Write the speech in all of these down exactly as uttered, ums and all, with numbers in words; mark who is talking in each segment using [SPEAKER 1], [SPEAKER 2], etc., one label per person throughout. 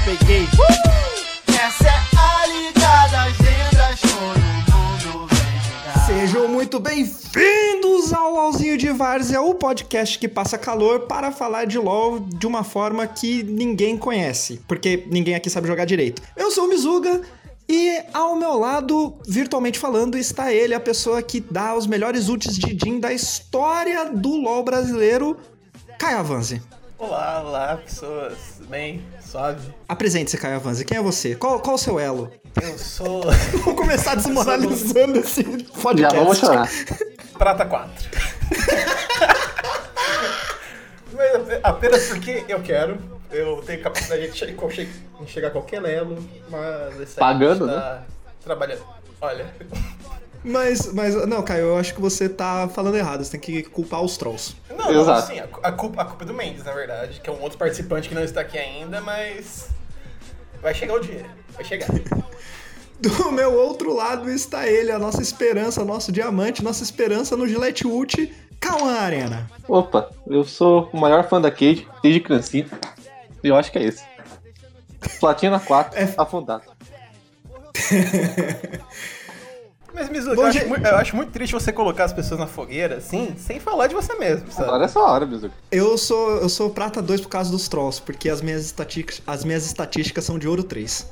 [SPEAKER 1] peguei. Uh! Essa é a Liga das Lendas, todo mundo vem jogar.
[SPEAKER 2] Sejam muito bem-vindos ao LOLzinho de Várzea, o podcast que passa calor para falar de LOL de uma forma que ninguém conhece, porque ninguém aqui sabe jogar direito. Eu sou o Mizuga e ao meu lado, virtualmente falando, está ele, a pessoa que dá os melhores ults de Jhin da história do LOL brasileiro, Caio Avanzi.
[SPEAKER 3] Olá, olá, pessoas, tudo bem? Suave?
[SPEAKER 2] Apresente-se, Caio Avanzi. Quem é você? Qual, qual o seu elo?
[SPEAKER 3] Eu sou...
[SPEAKER 2] Vou começar desmoralizando esse podcast.
[SPEAKER 4] Já vamos chorar.
[SPEAKER 3] Prata quatro. Mas apenas porque eu quero. Eu tenho capacidade de che- che- chegar a qualquer elo, mas... esse aí
[SPEAKER 4] Pagando,
[SPEAKER 3] tá trabalhando. Olha...
[SPEAKER 2] Mas, mas, não, Caio, eu acho que você tá falando errado. Você tem que culpar os trolls.
[SPEAKER 3] Não, não,
[SPEAKER 4] Exato.
[SPEAKER 3] sim, a, a, culpa, a culpa é do Mendes, na verdade, que é um outro participante que não está aqui ainda, mas... vai chegar o dia, vai chegar.
[SPEAKER 2] Do meu outro lado está ele, a nossa esperança, nosso diamante, nossa esperança no Gillette Ult, Cauã Arena.
[SPEAKER 4] Opa, eu sou o maior fã da Cade, desde criancinha. E eu acho que é esse. Platina quatro,
[SPEAKER 2] É.
[SPEAKER 4] afundado.
[SPEAKER 3] Mas, Mizuki,
[SPEAKER 2] Bom,
[SPEAKER 3] eu, acho
[SPEAKER 2] gente-
[SPEAKER 3] muito- eu acho muito triste você colocar as pessoas na fogueira, assim, sem falar de você mesmo, sabe?
[SPEAKER 4] Agora é só a hora, Mizuki.
[SPEAKER 2] Eu sou, eu sou prata dois por causa dos trolls, porque as minhas, estatísticas, as minhas estatísticas são de ouro três.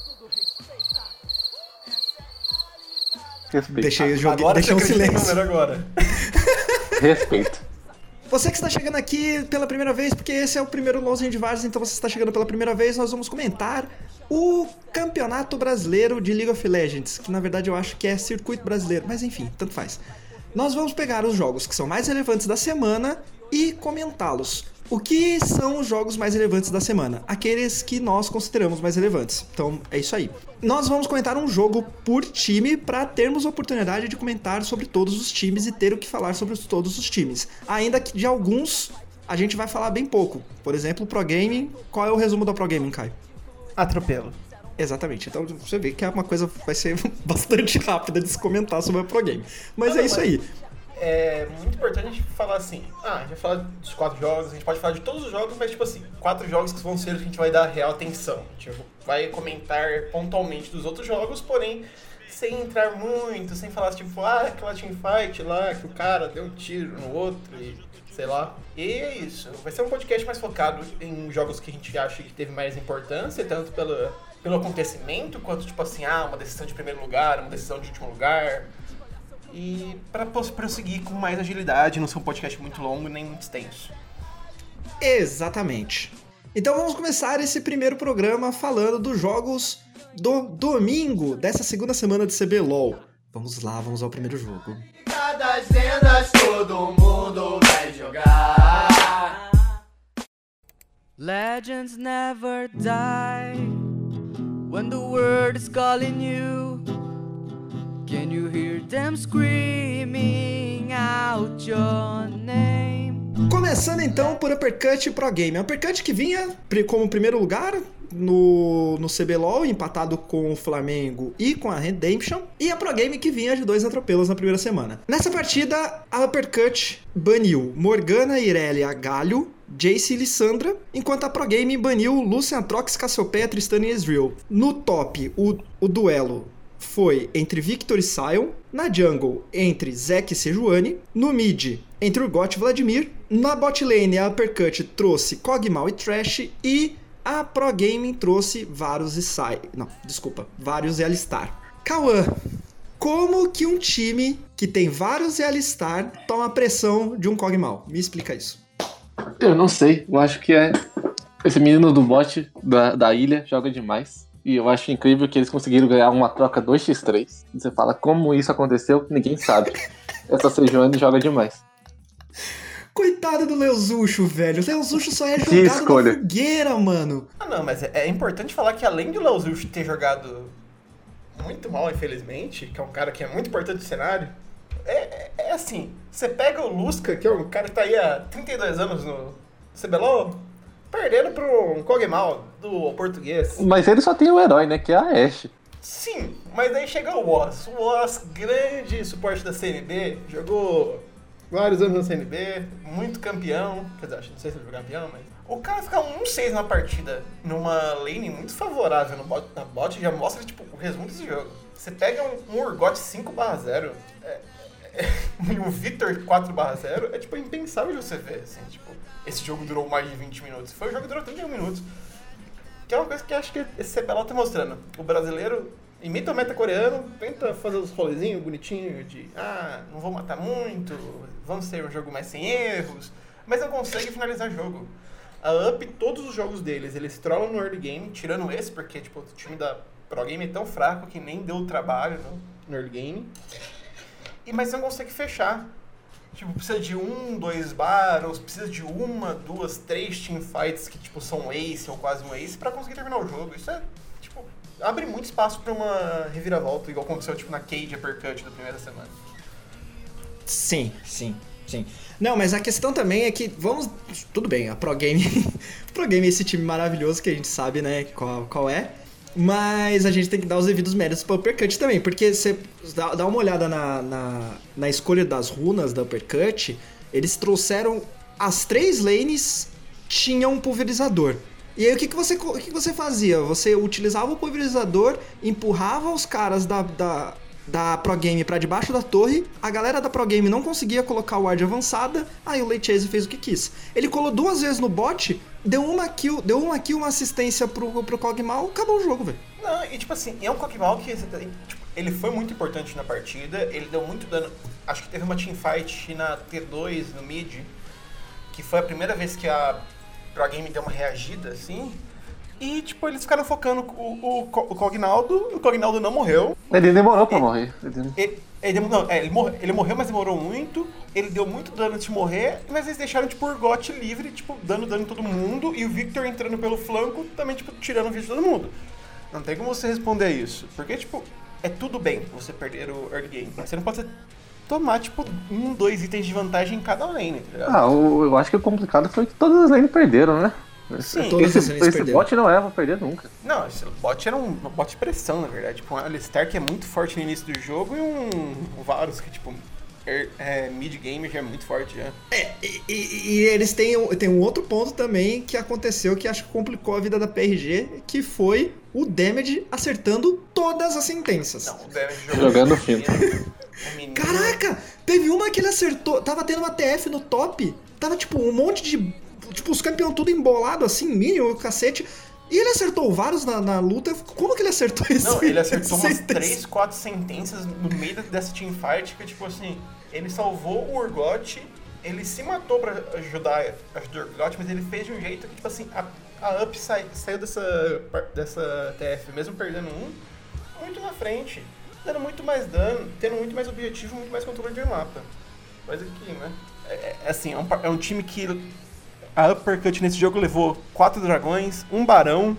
[SPEAKER 4] Respeito.
[SPEAKER 2] Deixei, eu joguei,
[SPEAKER 3] Agora
[SPEAKER 2] deixei um
[SPEAKER 3] você acredita em
[SPEAKER 2] silêncio.
[SPEAKER 3] número agora.
[SPEAKER 4] Respeito.
[SPEAKER 2] Você que está chegando aqui pela primeira vez, porque esse é o primeiro LOLzinho de Várzea, então você está chegando pela primeira vez, nós vamos comentar o Campeonato Brasileiro de League of Legends, que na verdade eu acho que é Circuito Brasileiro, mas enfim, tanto faz. Nós vamos pegar os jogos que são mais relevantes da semana e comentá-los. O que são os jogos mais relevantes da semana? Aqueles que nós consideramos mais relevantes. Então, é isso aí. Nós vamos comentar um jogo por time para termos a oportunidade de comentar sobre todos os times e ter o que falar sobre todos os times. Ainda que de alguns a gente vai falar bem pouco. Por exemplo, o Pro Gaming. Qual é o resumo do Pro Gaming, Caio?
[SPEAKER 3] Atropelo.
[SPEAKER 2] Exatamente. Então você vê que é uma coisa vai ser bastante rápida de se comentar sobre o Pro Game. Mas
[SPEAKER 3] Ah,
[SPEAKER 2] é isso
[SPEAKER 3] mas-
[SPEAKER 2] aí.
[SPEAKER 3] É muito importante a gente falar assim, ah, a gente vai falar dos quatro jogos, a gente pode falar de todos os jogos, mas tipo assim, quatro jogos que vão ser os que a gente vai dar real atenção. A gente vai comentar pontualmente dos outros jogos, porém, sem entrar muito, sem falar tipo, ah, aquela teamfight lá, que o cara deu um tiro no outro e sei lá. E é isso, vai ser um podcast mais focado em jogos que a gente acha que teve mais importância, tanto pelo, pelo acontecimento, quanto tipo assim, ah, uma decisão de primeiro lugar, uma decisão de último lugar. E para prosseguir com mais agilidade, não ser um podcast muito longo nem muito extenso.
[SPEAKER 2] Exatamente. Então vamos começar esse primeiro programa falando dos jogos do domingo dessa segunda semana de C B LOL. Vamos lá, vamos ao primeiro jogo.
[SPEAKER 1] Liga das Lendas, todo mundo vai jogar.
[SPEAKER 5] Legends never die when the world is calling you. Can you hear them screaming out your name?
[SPEAKER 2] Começando então por Uppercut Pro Game. Uppercut que vinha pri- como primeiro lugar no, no C B LOL, empatado com o Flamengo e com a Redemption. E a Pro Game que vinha de dois atropelos na primeira semana. Nessa partida, a Uppercut baniu Morgana, Irelia, Galio, Jace e Lissandra, enquanto a Pro Game baniu Lucian, Trox, Cassiopeia, Tristana e Ezreal. No top, o, o duelo foi entre Victor e Sion, na jungle entre Zek e Sejuani, no mid entre Urgot e Vladimir, na bot lane a Uppercut trouxe Kog'Maw e Thresh e a Pro Gaming trouxe Varus e Sai. Não, desculpa, Varus e Alistar. Cauã, como que um time que tem Varus e Alistar toma a pressão de um Kog'Maw? Me explica isso.
[SPEAKER 4] Eu não sei, eu acho que é. Esse menino do bot da, da ilha joga demais. E eu acho incrível que eles conseguiram ganhar uma troca dois contra três. E você fala, como isso aconteceu? Ninguém sabe. Essa Sejuani joga demais.
[SPEAKER 2] Coitado do Leozucho, velho. O Leozucho só é
[SPEAKER 4] Que
[SPEAKER 2] jogado
[SPEAKER 4] escolha.
[SPEAKER 2] na fogueira, mano.
[SPEAKER 3] Ah não, mas é, é importante falar que além do Leozucho ter jogado muito mal, infelizmente, que é um cara que é muito importante no cenário, é, é, é assim, você pega o Lusca, que é um cara que tá aí há trinta e dois anos no C B LOL, perdendo pro um Kog'Maw do português.
[SPEAKER 4] Mas ele só tem o herói, né? Que é a Ashe.
[SPEAKER 3] Sim, mas aí chega o Woz. O Woz, grande suporte da C N B, jogou vários anos na C N B, muito campeão. Quer dizer, acho que não sei se ele foi campeão, mas... o cara ficar um seis na partida numa lane muito favorável no bot, na bot já mostra, tipo, o resumo desse jogo. Você pega um, um Urgot cinco barra zero é, é, e um Victor quatro barra zero, é, tipo, impensável de você ver, assim, tipo, esse jogo durou mais de vinte minutos. Foi um jogo que durou trinta e um minutos. Que é uma coisa que eu acho que esse C B L O tá mostrando. O brasileiro imita o meta coreano, tenta fazer os rolezinhos bonitinhos de ah, não vou matar muito, vamos ter um jogo mais sem erros, mas não consegue finalizar jogo. A Up, todos os jogos deles, eles trollam no early game, tirando esse, porque tipo, o time da Pro Game é tão fraco que nem deu trabalho no, no early game. E, mas não consegue fechar. Tipo, precisa de um, dois battles, precisa de uma, duas, três teamfights que tipo, são um ace ou quase um ace pra conseguir terminar o jogo. Isso é, tipo, abre muito espaço pra uma reviravolta, igual aconteceu tipo, na Cage Uppercut da primeira semana.
[SPEAKER 2] Sim, sim, sim. Não, mas a questão também é que, vamos... Tudo bem, a Pro Game... Pro Game é esse time maravilhoso que a gente sabe, né, qual, qual é. Mas a gente tem que dar os devidos méritos pro Uppercut também, porque você dá, dá uma olhada na, na, na escolha das runas da Uppercut, eles trouxeram as três lanes tinham um pulverizador. E aí o que, que, você, o que, que você fazia? Você utilizava o pulverizador, empurrava os caras da, da, da Pro Game pra debaixo da torre, a galera da Pro Game não conseguia colocar o ward avançada, aí o Late Chase fez o que quis. Ele colou duas vezes no bot, deu uma kill, deu uma kill, uma assistência pro, pro Kog'Maw, acabou o jogo, velho.
[SPEAKER 3] Não, e tipo assim, é um Kog'Maw que tipo, ele foi muito importante na partida, ele deu muito dano. Acho que teve uma teamfight na T dois, no mid, que foi a primeira vez que a Pro Game deu uma reagida, assim. E, tipo, eles ficaram focando o, o, o Cognaldo, o Cognaldo não morreu.
[SPEAKER 4] Ele demorou pra ele, morrer.
[SPEAKER 3] Ele, ele, ele, não, é, ele, morre, ele morreu, mas demorou muito. Ele deu muito dano antes de morrer, mas eles deixaram, tipo, o Urgot livre, tipo, dando dano em todo mundo. E o Victor entrando pelo flanco, também, tipo, tirando o vídeo de todo mundo. Não tem como você responder isso. Porque, tipo, é tudo bem você perder o early game. Você não pode tomar, tipo, um, dois itens de vantagem em cada lane, tá ligado?
[SPEAKER 4] Ah, o, eu acho que o complicado foi que todas as lanes perderam, né?
[SPEAKER 3] Sim,
[SPEAKER 4] esse, esse bot não é pra perder nunca.
[SPEAKER 3] Não, esse bot era um, um bot de pressão, na verdade. Tipo, um Alistar que é muito forte no início do jogo e um, um Varus que, tipo, é, é, mid-game já é muito forte já.
[SPEAKER 2] É, e, e, e eles têm, têm um outro ponto também que aconteceu que acho que complicou a vida da P R G, que foi o Damage acertando todas as sentenças.
[SPEAKER 3] Não, o Damage
[SPEAKER 4] jogando fino.
[SPEAKER 2] Caraca, teve uma que ele acertou, tava tendo uma T F no top, tava tipo um monte de... Tipo, os campeões tudo embolado assim, mínimo, o cacete. E ele acertou vários na, na luta. Como que ele acertou isso?
[SPEAKER 3] Não, ele acertou umas três, quatro sentenças no meio dessa teamfight que, tipo assim, ele salvou o Urgot, ele se matou pra ajudar, ajudar o Urgot, mas ele fez de um jeito que, tipo assim, a, a Up sai, saiu dessa, dessa T F, mesmo perdendo um, muito na frente, dando muito mais dano, tendo muito mais objetivo, muito mais controle de mapa. Coisa que, né, é, é assim, é um, é um time que... A Uppercut nesse jogo levou quatro dragões, um barão,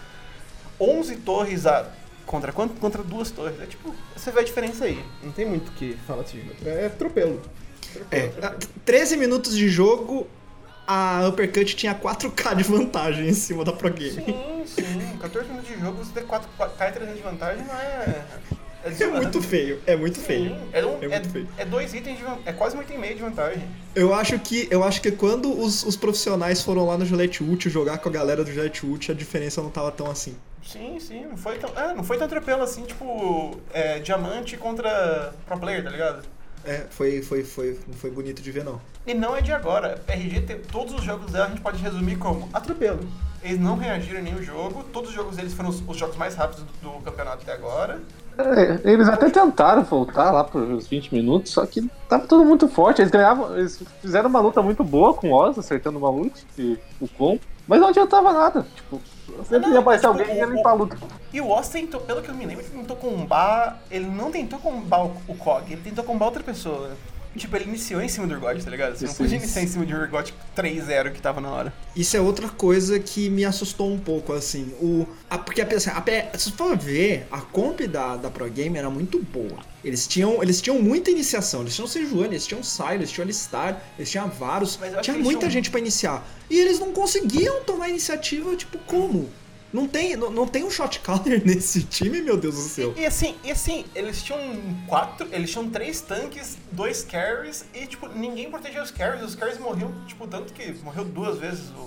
[SPEAKER 3] onze torres a... Contra quanto? Contra duas torres. É tipo, você vê a diferença aí. Não tem muito o que falar desse jogo. É atropelo.
[SPEAKER 2] É, treze minutos de jogo, a Uppercut tinha quatro K de vantagem em cima da Pro Game.
[SPEAKER 3] Sim, sim. quatorze minutos de jogo, você ter quatro K e trezentos de vantagem não é...
[SPEAKER 2] É, é muito feio, é muito
[SPEAKER 3] Sim,
[SPEAKER 2] feio.
[SPEAKER 3] É, um,
[SPEAKER 2] é, muito
[SPEAKER 3] é,
[SPEAKER 2] feio.
[SPEAKER 3] É dois itens de é quase um item e meio de vantagem.
[SPEAKER 2] Eu acho que, eu acho que quando os, os profissionais foram lá no Gillette Ult jogar com a galera do Gillette Ult, a diferença não tava tão assim.
[SPEAKER 3] Sim, sim, não foi tão, é, não foi tão atropelo assim, tipo, é, diamante contra pro player, tá ligado?
[SPEAKER 2] É, foi, foi, foi, não foi bonito de ver não.
[SPEAKER 3] E não é de agora. R G, tem, todos os jogos dela a gente pode resumir como atropelo. Eles não reagiram em nenhum jogo, todos os jogos deles foram os, os jogos mais rápidos do, do campeonato até agora.
[SPEAKER 4] É, eles até tentaram voltar lá para os vinte minutos, só que tava tudo muito forte. Eles ganhavam, eles fizeram uma luta muito boa com o Oz, acertando uma ult e o Con, mas não adiantava nada. Tipo, sempre ia aparecer
[SPEAKER 3] tipo,
[SPEAKER 4] alguém e ia limpar a luta.
[SPEAKER 3] E o Oz tentou, pelo que eu me lembro, ele tentou combar. Ele não tentou combar o, o Kog, ele tentou combar outra pessoa. Tipo, ele iniciou em cima do Urgot, tá ligado? Você não podia iniciar em cima de um Urgot três zero que tava na hora.
[SPEAKER 2] Isso é outra coisa que me assustou um pouco, assim. O, a, porque a, assim, a, se você for ver, a comp da, da Pro Game era muito boa. Eles tinham, eles tinham muita iniciação. Eles tinham Sejuani, eles tinham Sylas, eles tinham Alistar, eles tinham Varus. Tinha muita tinham... gente pra iniciar. E eles não conseguiam tomar iniciativa, tipo, como? Não tem, não, não tem um shot caller nesse time, meu Deus do céu.
[SPEAKER 3] E, e assim, e assim, eles tinham quatro, eles tinham três tanques, dois carries e, tipo, ninguém protegia os carries. Os carries morriam, tipo, tanto que morreu duas vezes o...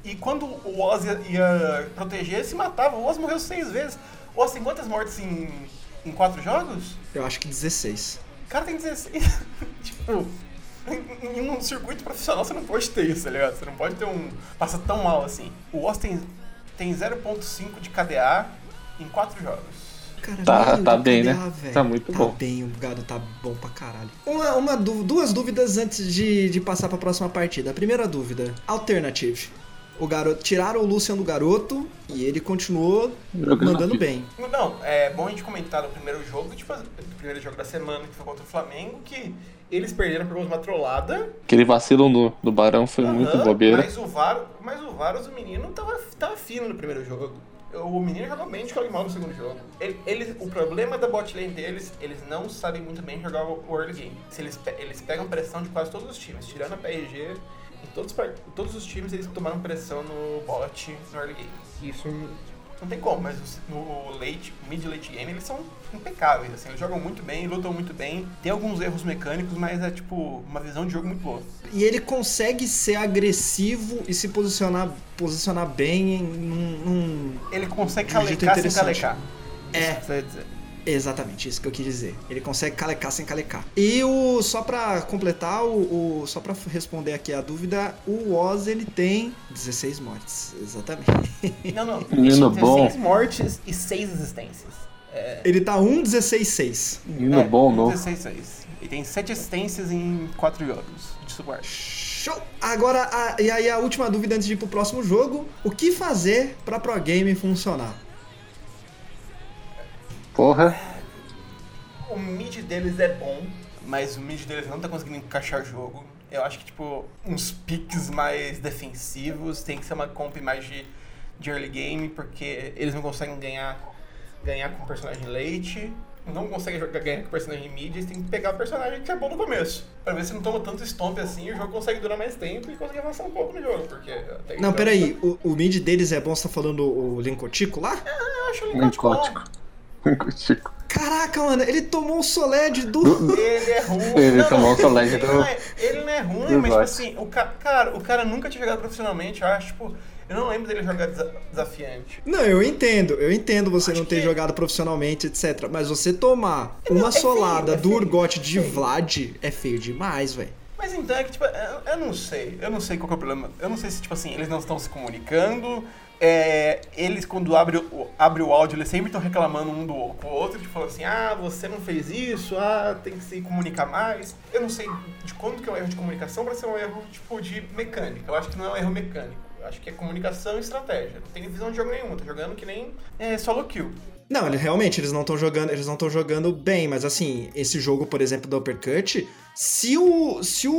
[SPEAKER 3] E quando o Oz ia, ia proteger, ele se matava. O Oz morreu seis vezes. O Oz tem quantas mortes em, em quatro jogos?
[SPEAKER 2] Eu acho que dezesseis.
[SPEAKER 3] O cara tem dezesseis. Tipo, em, em um circuito profissional você não pode ter isso, tá ligado? Você não pode ter um... Passa tão mal assim. O Oz tem, tem zero ponto cinco de K D A em quatro jogos.
[SPEAKER 2] Cara,
[SPEAKER 4] Tá-
[SPEAKER 2] meio
[SPEAKER 4] tá
[SPEAKER 2] de
[SPEAKER 4] bem,
[SPEAKER 2] K D A,
[SPEAKER 4] né?
[SPEAKER 2] velho.
[SPEAKER 4] Tá muito
[SPEAKER 2] Tá
[SPEAKER 4] bom.
[SPEAKER 2] bem, o gado tá bom pra caralho. Uma, uma dú- duas dúvidas antes de, de passar pra próxima partida. A primeira dúvida, Alternative. O garoto, tiraram o Lucian do garoto e ele continuou
[SPEAKER 4] Jogando
[SPEAKER 2] mandando
[SPEAKER 4] aqui.
[SPEAKER 2] bem.
[SPEAKER 3] Não, é bom a gente comentar no primeiro jogo, tipo, do primeiro jogo da semana, que foi contra o Flamengo, que eles perderam por causa de uma trollada.
[SPEAKER 4] Aquele vacilo no, no Barão foi muito
[SPEAKER 3] Aham,
[SPEAKER 4] bobeira.
[SPEAKER 3] Mas o Varus, mas o Varus, o menino, tava, tava fino no primeiro jogo. O menino jogou bem, jogou mal no segundo jogo. Ele, ele- o problema da bot lane deles, eles não sabem muito bem jogar o o early game. Se eles, pe- eles pegam pressão de quase todos os times, tirando a P R G, em todos, os par- todos os times eles tomaram pressão no bot, no early game. Isso não tem como, mas os- no late, mid e late game eles são impecáveis, assim, eles jogam muito bem, lutam muito bem, tem alguns erros mecânicos, mas é tipo uma visão de jogo muito boa.
[SPEAKER 2] E ele consegue ser agressivo e se posicionar, posicionar bem em num, num-
[SPEAKER 3] Ele consegue
[SPEAKER 2] De um jeito
[SPEAKER 3] calecar sem
[SPEAKER 2] interessante.
[SPEAKER 3] calecar.
[SPEAKER 2] É.
[SPEAKER 3] Isso que você ia dizer.
[SPEAKER 2] Exatamente, isso que eu quis dizer. Ele consegue calecar sem calecar. E o só pra completar, o, o- só pra responder aqui a dúvida, o Oz ele tem dezesseis mortes. Exatamente.
[SPEAKER 3] Não, não.
[SPEAKER 4] Menino
[SPEAKER 3] Tem
[SPEAKER 4] bom.
[SPEAKER 3] seis mortes e seis existências. É,
[SPEAKER 2] Ele tá um dezesseis seis.
[SPEAKER 4] Menino bom, não.
[SPEAKER 3] dezesseis, seis. E tem sete assistências em quatro jogos de suporte.
[SPEAKER 2] Show! Agora, a- e aí a última dúvida antes de ir pro próximo jogo. O que fazer pra Pro Game funcionar?
[SPEAKER 4] Porra.
[SPEAKER 3] O mid deles é bom, mas o mid deles não tá conseguindo encaixar o jogo. Eu acho que, tipo, uns picks mais defensivos, tem que ser uma comp mais de, de early game, porque eles não conseguem ganhar, ganhar com personagem late, não conseguem jogar, ganhar com personagem mid, eles têm que pegar o personagem que é bom no começo. Pra ver se não toma tanto stomp assim, o jogo consegue durar mais tempo e conseguir avançar um pouco no jogo, porque... até
[SPEAKER 2] Não,
[SPEAKER 3] então-
[SPEAKER 2] peraí. O, o mid deles é bom, você tá falando o Lincotico lá?
[SPEAKER 3] Eu acho ele
[SPEAKER 4] Lincótico. Lincótico.
[SPEAKER 2] Caraca, mano, ele tomou o Soled do...
[SPEAKER 3] Ele é ruim.
[SPEAKER 4] Ele
[SPEAKER 3] não,
[SPEAKER 4] tomou o Soled
[SPEAKER 3] ele,
[SPEAKER 4] do-
[SPEAKER 3] não é, ele não é ruim,
[SPEAKER 4] do
[SPEAKER 3] mas tipo
[SPEAKER 4] Vox.
[SPEAKER 3] assim, o ca, cara, o cara nunca tinha jogado profissionalmente, eu acho, tipo, eu não lembro dele jogar desa- desafiante.
[SPEAKER 2] Não, eu entendo, eu entendo você
[SPEAKER 3] Acho
[SPEAKER 2] não ter
[SPEAKER 3] que-
[SPEAKER 2] jogado profissionalmente, etcétera. Mas você tomar
[SPEAKER 3] Não,
[SPEAKER 2] uma
[SPEAKER 3] é feio,
[SPEAKER 2] solada
[SPEAKER 3] é
[SPEAKER 2] do
[SPEAKER 3] feio,
[SPEAKER 2] Urgot de
[SPEAKER 3] é feio.
[SPEAKER 2] Vlad é feio demais, velho.
[SPEAKER 3] Mas então é que, tipo, eu, eu não sei, eu não sei qual que é o problema. Eu não sei se, tipo assim, eles não estão se comunicando, é, eles quando abre o, abre o áudio, eles sempre estão reclamando um do outro, tipo, falando assim, ah, você não fez isso, ah, tem que se comunicar mais. Eu não sei de quando que é um erro de comunicação pra ser um erro, tipo, de mecânica. Eu acho que não é um erro mecânico. Eu acho que é comunicação e estratégia. Não tem visão de jogo nenhuma, tá jogando que nem é, solo kill.
[SPEAKER 2] Não, ele, realmente, eles não estão jogando, eles não estão jogando bem, mas assim, esse jogo, por exemplo, do Uppercut, se o se o,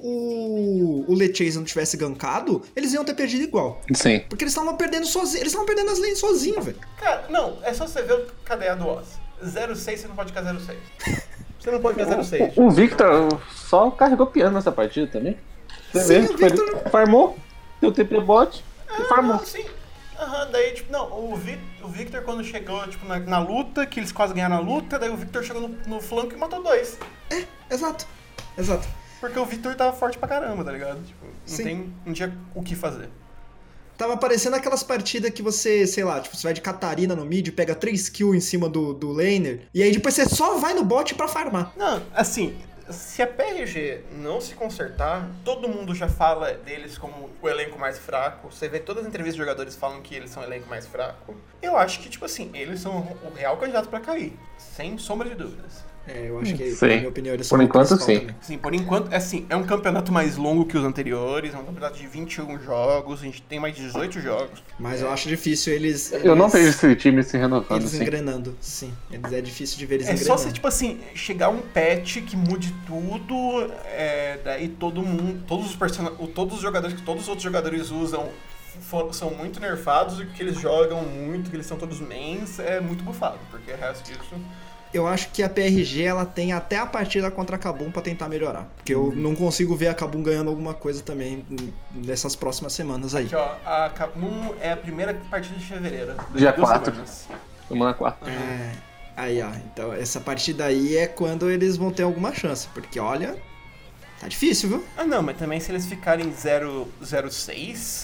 [SPEAKER 2] o, o Lechase não tivesse gankado, eles iam ter perdido igual.
[SPEAKER 4] Sim.
[SPEAKER 2] Porque eles estavam perdendo sozinhos, eles estavam perdendo as lanes sozinhos, velho.
[SPEAKER 3] Cara, não, é só você ver o K D A do Oz. zero seis você não pode ficar zero seis. Você não pode ficar zero seis.
[SPEAKER 4] O Victor só carregou piano nessa partida também. Você
[SPEAKER 2] Sim,
[SPEAKER 4] vê,
[SPEAKER 2] o
[SPEAKER 4] tipo, ele
[SPEAKER 2] Victor-
[SPEAKER 4] farmou, deu T P bot e farmou.
[SPEAKER 3] Ah, sim. Aham, daí, tipo, não, o, Vi- o Victor quando chegou, tipo, na, na luta, que eles quase ganharam a luta, daí o Victor chegou no, no flanco e matou dois.
[SPEAKER 2] Exato, exato.
[SPEAKER 3] Porque o Victor tava forte pra caramba, tá ligado? Tipo, não,
[SPEAKER 2] Sim.
[SPEAKER 3] tem, não tinha o que fazer.
[SPEAKER 2] Tava parecendo aquelas partidas que você, sei lá, tipo, você vai de Catarina no mid, pega três kills em cima do, do laner, e aí depois você só vai no bot pra farmar.
[SPEAKER 3] Não, assim, se a P R G não se consertar, todo mundo já fala deles como o elenco mais fraco. Você vê todas as entrevistas de jogadores falam que eles são o elenco mais fraco. Eu acho que, tipo assim, eles são o real candidato pra cair. Sem sombra de dúvidas.
[SPEAKER 2] É, eu acho que,
[SPEAKER 4] Sim.
[SPEAKER 2] na minha opinião, eles são
[SPEAKER 4] Por
[SPEAKER 2] o
[SPEAKER 4] enquanto,
[SPEAKER 2] principal
[SPEAKER 4] sim.
[SPEAKER 2] também.
[SPEAKER 3] Sim, por enquanto, assim, é um campeonato mais longo que os anteriores, é um campeonato de vinte e um jogos, a gente tem mais de dezoito jogos.
[SPEAKER 2] Mas eu acho difícil eles...
[SPEAKER 4] Eu não
[SPEAKER 2] eles-
[SPEAKER 4] vejo esse time se renovando
[SPEAKER 2] Eles
[SPEAKER 4] assim.
[SPEAKER 2] engrenando, sim. Eles, é difícil de ver eles
[SPEAKER 3] É
[SPEAKER 2] engrenando.
[SPEAKER 3] só se, tipo assim, chegar um patch que mude tudo, é, daí todo mundo, todos os person... todos os jogadores que todos os outros jogadores usam for- são muito nerfados e que eles jogam muito, que eles são todos mains, é muito bufado, porque o resto disso...
[SPEAKER 2] Eu acho que a P R G ela tem até a partida contra a Kabum pra tentar melhorar. Porque eu não consigo ver a Kabum ganhando alguma coisa também nessas próximas semanas aí.
[SPEAKER 3] Aqui, ó, a Kabum é a primeira partida de fevereiro.
[SPEAKER 4] Dia
[SPEAKER 3] Duas
[SPEAKER 4] quatro.
[SPEAKER 3] semanas.
[SPEAKER 4] Semana quatro.
[SPEAKER 2] É, aí, ó. Então, essa partida aí é quando eles vão ter alguma chance. Porque, olha, tá difícil, viu?
[SPEAKER 3] Ah, não, mas também se eles ficarem zero seis,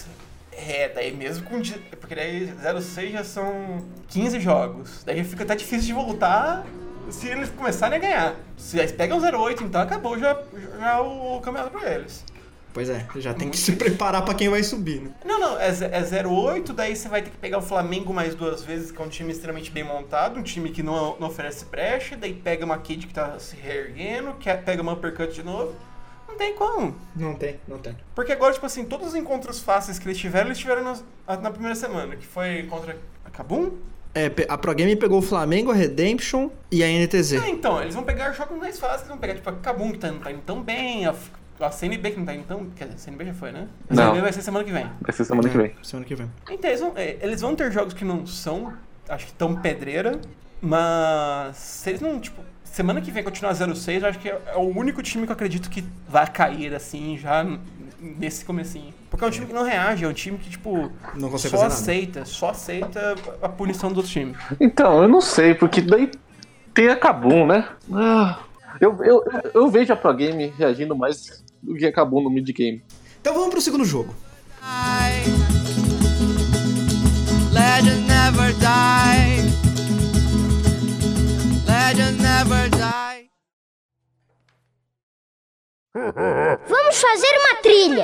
[SPEAKER 3] É, daí mesmo com... di- Porque daí zero seis já são quinze jogos. Daí fica até difícil de voltar se eles começarem a ganhar. Se eles pegam zero oito, então acabou já, já o campeonato pra eles.
[SPEAKER 2] Pois é, já tem que se preparar pra quem vai subir, né?
[SPEAKER 3] Não, não, é, ze- é zero oito, daí você vai ter que pegar o Flamengo mais duas vezes, que é um time extremamente bem montado, um time que não, não oferece brecha, daí pega uma Kid que tá se reerguendo, que pega uma uppercut de novo. Não tem como.
[SPEAKER 2] Não tem, não tem.
[SPEAKER 3] Porque agora, tipo assim, todos os encontros fáceis que eles tiveram, eles tiveram nas- na primeira semana, que foi contra a Kabum.
[SPEAKER 2] É, pe- a Pro Game pegou o Flamengo, a Redemption e a N T Z.
[SPEAKER 3] Ah, então, eles vão pegar jogos mais fáceis, eles vão pegar, tipo, a Kabum, que tá, não tá indo tão bem, a, a C N B, que não tá indo tão... Quer dizer, a C N B já foi, né? A
[SPEAKER 4] Não.
[SPEAKER 3] C N B vai ser semana que vem.
[SPEAKER 4] Vai ser semana que vem.
[SPEAKER 2] Semana que vem.
[SPEAKER 3] Então, eles vão, é, eles vão ter jogos que não são, acho que tão pedreira, mas se eles não, tipo, semana que vem continuar zero seis, eu acho que é, é o único time que eu acredito que vai cair, assim, já n- nesse comecinho. Porque é um time que não reage, é um time que, tipo,
[SPEAKER 2] Não consegue
[SPEAKER 3] só
[SPEAKER 2] fazer nada.
[SPEAKER 3] aceita, só aceita a punição dos outros times.
[SPEAKER 4] Então, eu não sei, porque daí tem a Kabum, né? Ah, eu, eu, eu, eu vejo a Pro Game reagindo mais do que a Kabum no mid-game.
[SPEAKER 2] Então vamos pro segundo jogo.
[SPEAKER 5] Legends never die. Legends never die.
[SPEAKER 6] Vamos fazer uma trilha.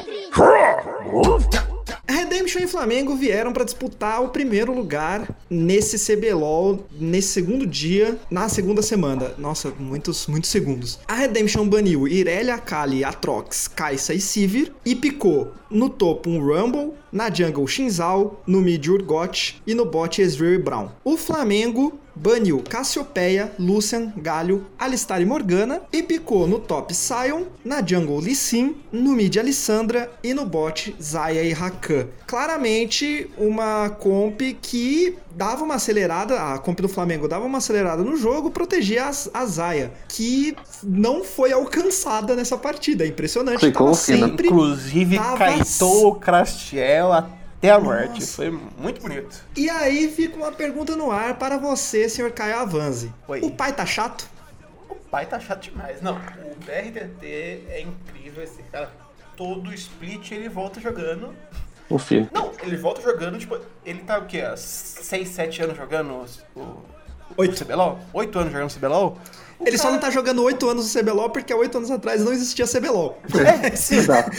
[SPEAKER 2] Redemption e Flamengo vieram pra disputar o primeiro lugar nesse C B L O L, nesse segundo dia, na segunda semana. Nossa, muitos, muitos segundos. A Redemption baniu Irelia, Akali, Atrox, Kai'Sa e Sivir e picou no topo um Rumble, na jungle Shinzal, no mid Urgot e no bot Ezreal e Brown. O Flamengo baniu Cassiopeia, Lucian, Galio, Alistar e Morgana e picou no top Sion, na jungle Lee Sin, no mid Alissandra e no bot Zaya e Rakan. Claramente uma comp que dava uma acelerada, a comp do Flamengo dava uma acelerada no jogo, protegia as- a Zaya, que não foi alcançada nessa partida. É impressionante.
[SPEAKER 4] Ficou
[SPEAKER 2] Tava
[SPEAKER 4] fina.
[SPEAKER 2] sempre...
[SPEAKER 3] Inclusive,
[SPEAKER 2] tava-
[SPEAKER 3] kaitou o Crastiel até a morte.
[SPEAKER 2] Nossa.
[SPEAKER 3] Foi muito bonito.
[SPEAKER 2] E aí fica uma pergunta no ar para você, senhor Caio Avanzi.
[SPEAKER 3] Oi.
[SPEAKER 2] O pai tá chato?
[SPEAKER 3] O pai tá chato demais. Não, o B R T T é incrível. Esse cara, todo split ele volta jogando.
[SPEAKER 4] O filho.
[SPEAKER 3] Não, ele volta jogando, tipo, ele tá o quê? Há seis, sete anos jogando o, o
[SPEAKER 2] Oito.
[SPEAKER 3] C B L O L? oito anos jogando C B L O L? O
[SPEAKER 2] Ele só
[SPEAKER 3] cara-
[SPEAKER 2] não tá jogando oito anos no C B L O L porque há oito anos atrás não existia C B L O L.
[SPEAKER 3] É, sim.
[SPEAKER 4] Exato.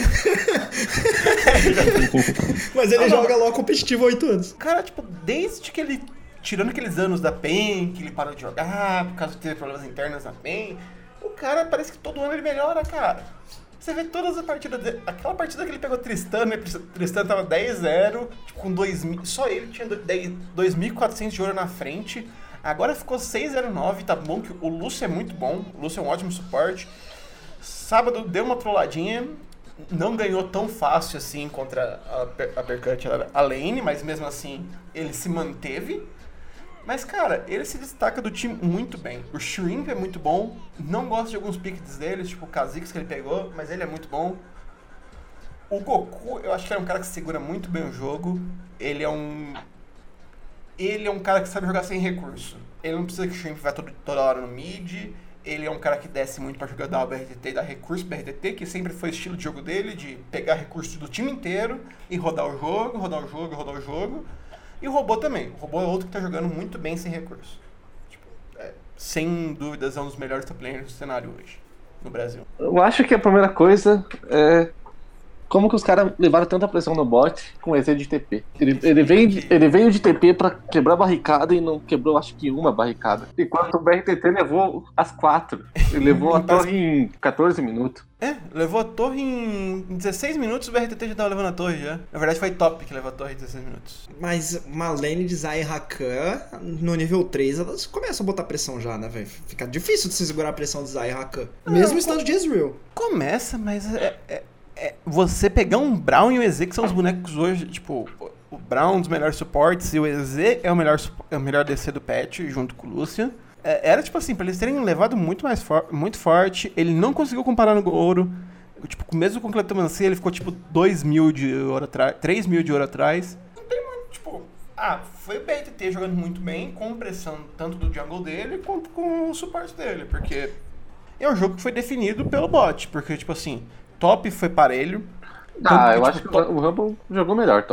[SPEAKER 2] Mas ele
[SPEAKER 3] Ah, não.
[SPEAKER 2] joga LoL competitivo há oito anos.
[SPEAKER 3] O cara, tipo, desde que ele... Tirando aqueles anos da P E N, que ele parou de jogar, por causa que teve problemas internos na P E N, o cara parece que todo ano ele melhora, cara. Você vê todas as partidas dele. Aquela partida que ele pegou Tristan, né? Tristan tava dez a zero, tipo, com dois mil. Só ele tinha dois mil e quatrocentos de ouro na frente. Agora ficou seis a zero nove, tá bom que o Lúcio é muito bom. O Lúcio é um ótimo suporte. Sábado deu uma trolladinha. Não ganhou tão fácil assim contra a, Per- a Percut, a lane, mas mesmo assim ele se manteve. Mas, cara, ele se destaca do time muito bem. O Shrimp é muito bom. Não gosto de alguns picks dele, tipo o Kha'Zix que ele pegou, mas ele é muito bom. O Goku, eu acho que ele é um cara que segura muito bem o jogo. Ele é um... Ele é um cara que sabe jogar sem recurso. Ele não precisa que o Shrimp vá todo, toda hora no mid. Ele é um cara que desce muito pra jogar da B R T T e dar recurso pro B R T T, que sempre foi o estilo de jogo dele, de pegar recursos do time inteiro e rodar o jogo, rodar o jogo, rodar o jogo. E o robô também. O robô é outro que tá jogando muito bem sem recurso. Tipo, é, sem dúvidas, é um dos melhores top laners do cenário hoje, no Brasil.
[SPEAKER 4] Eu acho que a primeira coisa é como que os caras levaram tanta pressão no bot com o E Z de T P. Ele, ele, veio, de- ele veio de T P pra quebrar a barricada e não quebrou, acho que uma barricada. Enquanto o B R T T levou as quatro. Ele levou a torre em quatorze minutos.
[SPEAKER 3] É, levou a torre em dezesseis minutos, o B R T T já tava levando a torre já. Na verdade foi top que levou a torre em dezesseis minutos.
[SPEAKER 2] Mas uma lane de Zaya e Rakan, no nível três, elas começam a botar pressão já, né, velho? Fica difícil de se segurar a pressão de Zaya e Rakan. Mesmo estando de Ezreal.
[SPEAKER 3] Começa, mas é, é- é você pegar um Brown e o E Z, que são os bonecos hoje, tipo, o Brown, um dos melhores suportes, e o E Z é o melhor, supo- é o melhor D C do patch, junto com o Lucian. É, era tipo assim, pra eles terem levado muito mais for- muito forte, ele não conseguiu comparar no ouro. Tipo, mesmo com o Cleptomancia, ele ficou tipo dois mil de ouro atrás, três mil de ouro atrás. Não tem muito, tipo, ah, foi o B R T T jogando muito bem, com pressão tanto do jungle dele quanto com o suporte dele, porque é um jogo que foi definido pelo bot, porque, tipo assim, top foi parelho.
[SPEAKER 4] Ah,
[SPEAKER 3] Tanto
[SPEAKER 4] eu
[SPEAKER 3] que,
[SPEAKER 4] acho
[SPEAKER 3] tipo,
[SPEAKER 4] que o Rumble jogou melhor, top.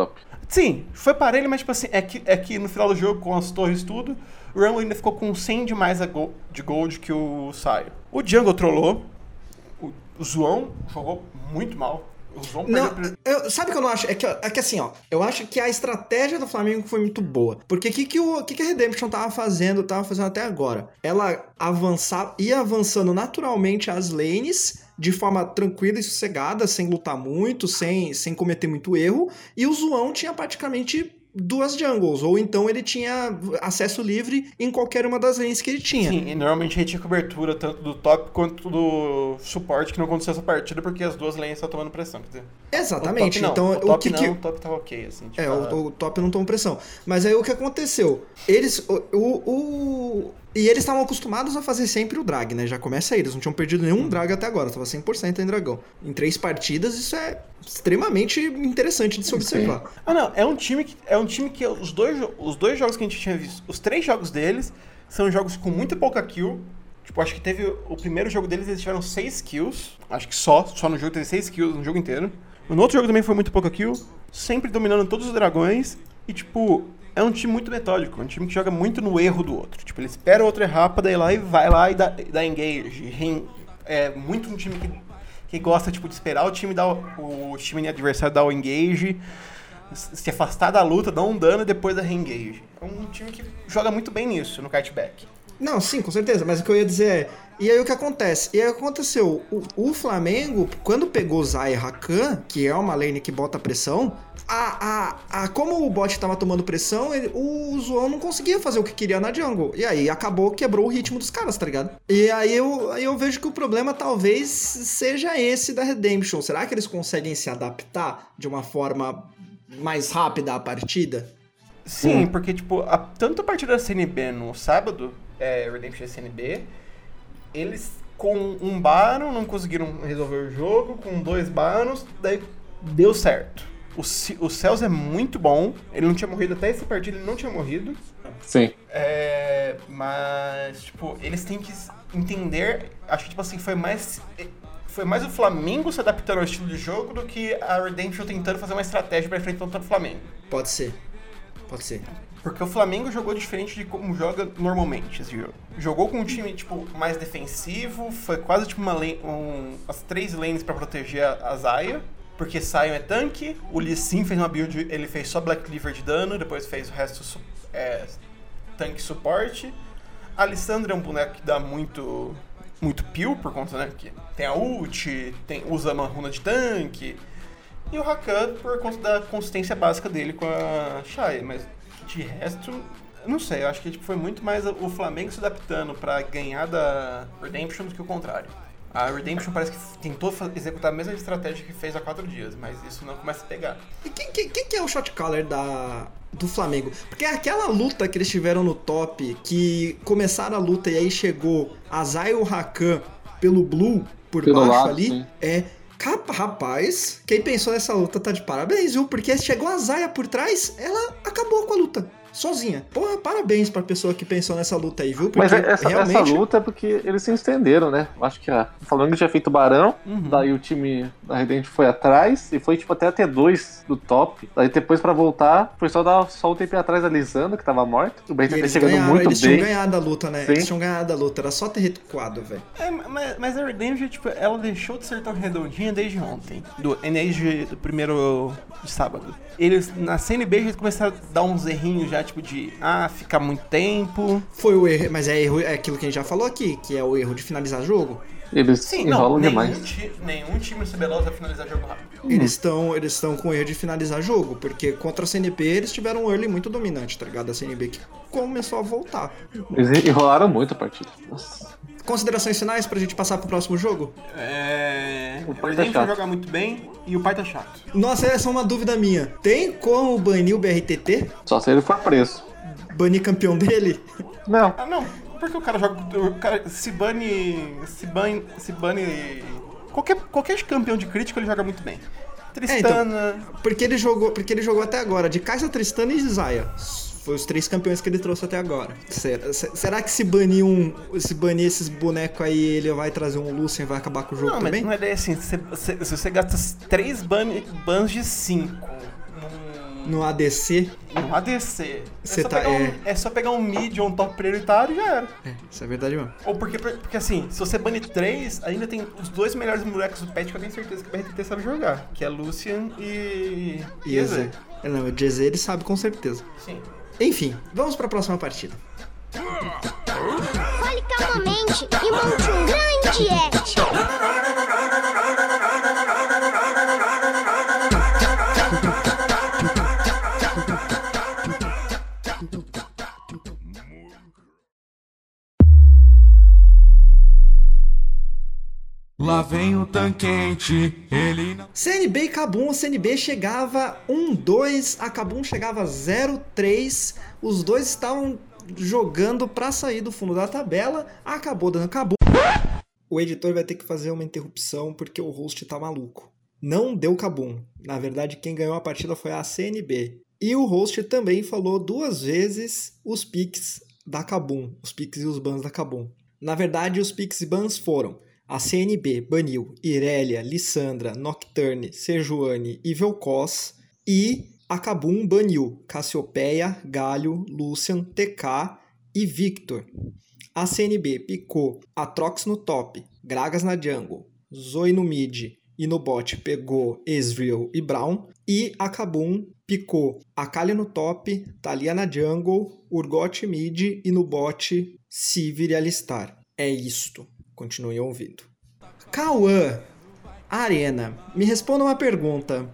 [SPEAKER 3] Sim, foi parelho, mas tipo assim, é que, é que no final do jogo, com as torres e tudo, o Rumble ainda ficou com cem de mais a go- de gold que o Saio. O Jungle trollou, o, o Zoão jogou muito mal. O Zoão
[SPEAKER 2] Não,
[SPEAKER 3] perdeu...
[SPEAKER 2] eu, sabe o que eu não acho? É que, é que assim, ó, eu acho que a estratégia do Flamengo foi muito boa. Porque o que, que, o, que, que a Redemption tava fazendo, tava fazendo até agora? Ela avançava, ia avançando naturalmente as lanes, de forma tranquila e sossegada, sem lutar muito, sem, sem cometer muito erro, e o Zoão tinha praticamente duas jungles, ou então ele tinha acesso livre em qualquer uma das lanes que ele tinha.
[SPEAKER 3] Sim, e normalmente ele tinha cobertura tanto do top quanto do suporte, que não aconteceu essa partida porque as duas lanes estavam tomando pressão. Quer dizer,
[SPEAKER 2] Exatamente,
[SPEAKER 3] o top não,
[SPEAKER 2] então
[SPEAKER 3] o top
[SPEAKER 2] o que
[SPEAKER 3] não,
[SPEAKER 2] que...
[SPEAKER 3] o top tava ok, assim. Tipo,
[SPEAKER 2] É,
[SPEAKER 3] a...
[SPEAKER 2] o, o top não tomou pressão. Mas aí o que aconteceu? Eles. O, o, o... E eles estavam acostumados a fazer sempre o drag, né? Já começa aí. Eles não tinham perdido nenhum drag até agora. Tava cem por cento em dragão. Em três partidas, isso é extremamente interessante de se observar.
[SPEAKER 4] Sim.
[SPEAKER 3] Ah, não. É um time que, é um time que os, dois, os dois jogos que a gente tinha visto, os três jogos deles, são jogos com muito pouca kill. Tipo, acho que teve o primeiro jogo deles, eles tiveram seis kills. Acho que só, só no jogo teve seis kills no jogo inteiro. No outro jogo também foi muito pouca kill. Sempre dominando todos os dragões. E, tipo, é um time muito metódico. É um time que joga muito no erro do outro. Tipo, ele espera o outro errar pra daí lá e vai lá e dá, dá engage. É muito um time que, que gosta, tipo, de esperar o time dar o, o time adversário dar o engage, se afastar da luta, dar um dano e depois dar re-engage. É um time que joga muito bem nisso, no kiteback.
[SPEAKER 2] Não, sim, com certeza. Mas o que eu ia dizer é... E aí o que acontece? E aí aconteceu, o, o Flamengo, quando pegou Zaya e Rakan, que é uma lane que bota pressão, a, a, a, como o bot tava tomando pressão, ele, o Zoão não conseguia fazer o que queria na jungle. E aí acabou, quebrou o ritmo dos caras, tá ligado? E aí eu, aí eu vejo que o problema talvez seja esse da Redemption. Será que eles conseguem se adaptar de uma forma mais rápida à partida?
[SPEAKER 3] Sim,
[SPEAKER 4] Hum.
[SPEAKER 3] porque, tipo, a, tanto a partida da C N B no sábado, é, Redemption C N B, eles com um Baron não conseguiram resolver o jogo, com dois Barons, daí deu certo. O, C- o Cells é muito bom, ele não tinha morrido até essa partida, ele não tinha morrido.
[SPEAKER 4] Sim.
[SPEAKER 3] É, mas, tipo, eles têm que entender, acho que, tipo assim, foi mais... Foi mais o Flamengo se adaptando ao estilo de jogo do que a Redemption tentando fazer uma estratégia pra enfrentar o Flamengo.
[SPEAKER 2] Pode ser. Pode ser.
[SPEAKER 3] Porque o Flamengo jogou diferente de como joga normalmente esse jogo. Jogou com um time, tipo, mais defensivo, foi quase tipo uma lane, um, as três lanes pra proteger a, a Zaya, porque Sion é tanque, o Lee Sin fez uma build, ele fez só Black Cleaver de dano, depois fez o resto su- é, tanque suporte. A Alessandra é um boneco que dá muito muito peel, por conta, né, que tem a ult, tem, usa uma runa de tanque. E o Rakan por conta da consistência básica dele com a Shai, mas de resto, eu não sei, eu acho que tipo, foi muito mais o Flamengo se adaptando pra ganhar da Redemption do que o contrário. A Redemption parece que tentou fa- executar a mesma estratégia que fez há quatro dias, mas isso não começa a pegar.
[SPEAKER 2] E quem, quem, quem que é o shot caller da, do Flamengo? Porque aquela luta que eles tiveram no top, que começaram a luta e aí chegou a Zaya e o Rakan pelo blue, por
[SPEAKER 4] Pelo
[SPEAKER 2] baixo
[SPEAKER 4] lado,
[SPEAKER 2] ali,
[SPEAKER 4] sim.
[SPEAKER 2] é... Capa, rapaz, quem pensou nessa luta tá de parabéns, viu? Porque chegou a Zaya por trás, ela acabou com a luta, sozinha. Porra, parabéns pra pessoa que pensou nessa luta aí, viu? Porque
[SPEAKER 4] Mas é- essa,
[SPEAKER 2] realmente...
[SPEAKER 4] essa luta é porque eles se estenderam, né? Eu acho que a, o Flamengo tinha feito Barão,
[SPEAKER 3] Uhum.
[SPEAKER 4] daí o time da Redemption foi atrás e foi tipo até a T dois do top. Daí depois pra voltar, foi só dar só um tempo atrás a Lisandra, que tava morta. O
[SPEAKER 2] E
[SPEAKER 4] B T T
[SPEAKER 2] eles
[SPEAKER 4] chegando
[SPEAKER 2] ganharam,
[SPEAKER 4] muito
[SPEAKER 2] eles
[SPEAKER 4] bem.
[SPEAKER 2] tinham ganhado a luta, né?
[SPEAKER 4] Sim.
[SPEAKER 2] Eles tinham ganhado a luta, era só ter recuado, velho.
[SPEAKER 3] É, mas, mas a Redemption, tipo, ela deixou de ser tão redondinha desde ontem, do N A do primeiro de sábado. Eles, na C N B, eles começaram a dar uns errinhos já, tipo de, ah, ficar muito tempo.
[SPEAKER 2] Foi o erro, mas é, erro, é aquilo que a gente já falou aqui, que é o erro de finalizar jogo.
[SPEAKER 4] Eles
[SPEAKER 3] Sim, não,
[SPEAKER 4] enrolam
[SPEAKER 3] nenhum,
[SPEAKER 4] demais.
[SPEAKER 3] ti, nenhum time no C B L O S vai finalizar jogo rápido.
[SPEAKER 2] Eles estão eles estão com erro de finalizar jogo, porque contra a C N B eles tiveram um early muito dominante, tá ligado? A C N B que começou a voltar.
[SPEAKER 4] Eles enrolaram muito a partida. Nossa.
[SPEAKER 2] Considerações finais pra gente passar pro próximo jogo?
[SPEAKER 3] É...
[SPEAKER 4] O
[SPEAKER 3] A
[SPEAKER 4] pai tá
[SPEAKER 3] Redemption
[SPEAKER 4] chato.
[SPEAKER 3] joga muito bem e o pai tá chato.
[SPEAKER 2] Nossa, essa é uma dúvida minha. Tem como banir o B R T T?
[SPEAKER 4] Só se ele for preso.
[SPEAKER 2] Banir campeão dele?
[SPEAKER 4] Não.
[SPEAKER 3] Ah, não, porque o cara joga... O cara se bane... Se bane... Se bane... Qualquer, qualquer campeão de crítico ele joga muito bem. Tristana...
[SPEAKER 2] Porque ele jogou, porque ele jogou até agora de Kai'Sa, Tristana e Zaya. Foi os três campeões que ele trouxe até agora. Será, será que se banir um, se banir esses bonecos aí, ele vai trazer um Lucian e vai acabar com o jogo
[SPEAKER 3] Não,
[SPEAKER 2] também?
[SPEAKER 3] mas não é daí assim, se, se, se você gasta três ban, bans de cinco num,
[SPEAKER 2] No A D C.
[SPEAKER 3] No A D C.
[SPEAKER 2] Cê
[SPEAKER 3] é, só
[SPEAKER 2] tá-
[SPEAKER 3] pegar um,
[SPEAKER 2] é.
[SPEAKER 3] é só pegar um mid ou um top prioritário e já era.
[SPEAKER 2] É, isso é verdade mesmo.
[SPEAKER 3] Ou porque, porque assim, se você banir três, ainda tem os dois melhores moleques do patch que eu tenho certeza que o B R T T sabe jogar, que é Lucian e...
[SPEAKER 2] E Eze. É, não, o Jeze ele sabe com certeza.
[SPEAKER 3] Sim.
[SPEAKER 2] Enfim, vamos pra próxima partida.
[SPEAKER 6] Fale calmamente e monte um grande action.
[SPEAKER 7] Lá vem o tanquente, ele não...
[SPEAKER 2] C N B e Kabum, o C N B chegava um dois, a Kabum chegava zero três, os dois estavam jogando pra sair do fundo da tabela, acabou dando Kabum. O editor vai ter que fazer uma interrupção porque o host tá maluco. Não deu Kabum. Na verdade, quem ganhou a partida foi a C N B. E o host também falou duas vezes os picks da Kabum, os picks e os bans da Kabum. Na verdade, os picks e bans foram: a C N B baniu Irelia, Lissandra, Nocturne, Sejuani e Vel'Koz, e a Kabum baniu Cassiopeia, Galio, Lucian, T K e Victor. A C N B picou Atrox no top, Gragas na jungle, Zoe no mid e no bot pegou Ezreal e Braum, e a Kabum picou Akali no top, Thalia na jungle, Urgot mid e no bot Sivir e Alistar. É isto. Continuem ouvindo. Cauã, Arena, me responda uma pergunta.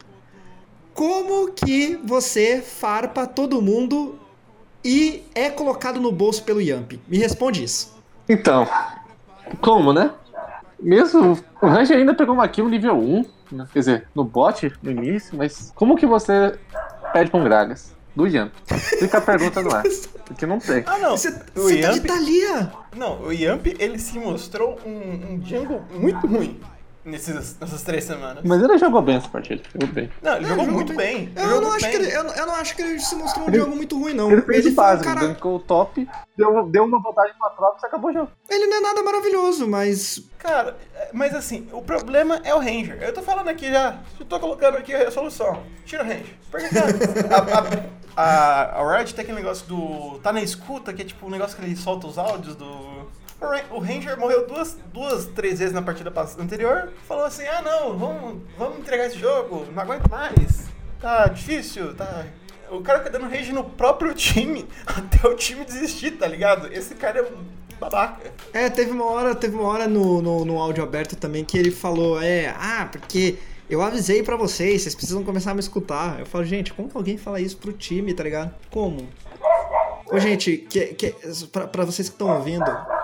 [SPEAKER 2] Como que você farpa todo mundo e é colocado no bolso pelo Yamp? Me responde isso.
[SPEAKER 4] Então, como, né? Mesmo, o Ranger ainda pegou uma kill nível um, né? Quer dizer, no bot, no início, mas como que você perde pra um Gragas? Do Yamp. Fica a pergunta no ar. Porque não tem.
[SPEAKER 3] Ah, não.
[SPEAKER 2] Você
[SPEAKER 3] o
[SPEAKER 2] você tá de
[SPEAKER 3] Yamp...
[SPEAKER 2] Thalia.
[SPEAKER 3] Não, o Yamp, ele se mostrou um, um jungle muito ruim nesses, nessas três semanas.
[SPEAKER 4] Mas ele jogou bem essa partida, jogou bem.
[SPEAKER 3] Não, ele
[SPEAKER 2] É,
[SPEAKER 3] jogou
[SPEAKER 2] jogou
[SPEAKER 3] muito
[SPEAKER 2] bem.
[SPEAKER 3] bem.
[SPEAKER 2] Eu,
[SPEAKER 3] Jogou
[SPEAKER 2] não
[SPEAKER 3] muito
[SPEAKER 2] acho
[SPEAKER 3] bem.
[SPEAKER 2] que ele, eu, eu não acho que ele se mostrou um
[SPEAKER 4] Ele-
[SPEAKER 2] jogo muito ruim, não.
[SPEAKER 4] Ele fez
[SPEAKER 2] ele
[SPEAKER 4] o
[SPEAKER 2] foi um
[SPEAKER 4] básico,
[SPEAKER 2] cara...
[SPEAKER 4] gankou o top, deu, deu uma vantagem no Atrox e acabou o jogo.
[SPEAKER 2] Ele não é nada maravilhoso, mas...
[SPEAKER 3] Cara, é- mas assim, o problema é o Ranger. Eu tô falando aqui já, eu tô colocando aqui a solução. Tira o Ranger. Porque, cara, a, a, a, a Riot tem aquele negócio do... Tá na escuta, que é tipo um negócio que ele solta os áudios do... O Ra- O Ranger morreu duas, duas, três vezes na partida pass- anterior. Falou assim, ah não, vamos, vamos entregar esse jogo, não aguento mais. Tá difícil, tá... O cara fica dando rage no próprio time, até o time desistir, tá ligado? Esse cara é um babaca.
[SPEAKER 2] É, teve uma hora, teve uma hora no, no, no áudio aberto também que ele falou, é, ah, porque eu avisei pra vocês, vocês precisam começar a me escutar. Eu falo, gente, como que alguém fala isso pro time, tá ligado? Como? Ô, gente, que, que, pra, pra vocês que estão ouvindo,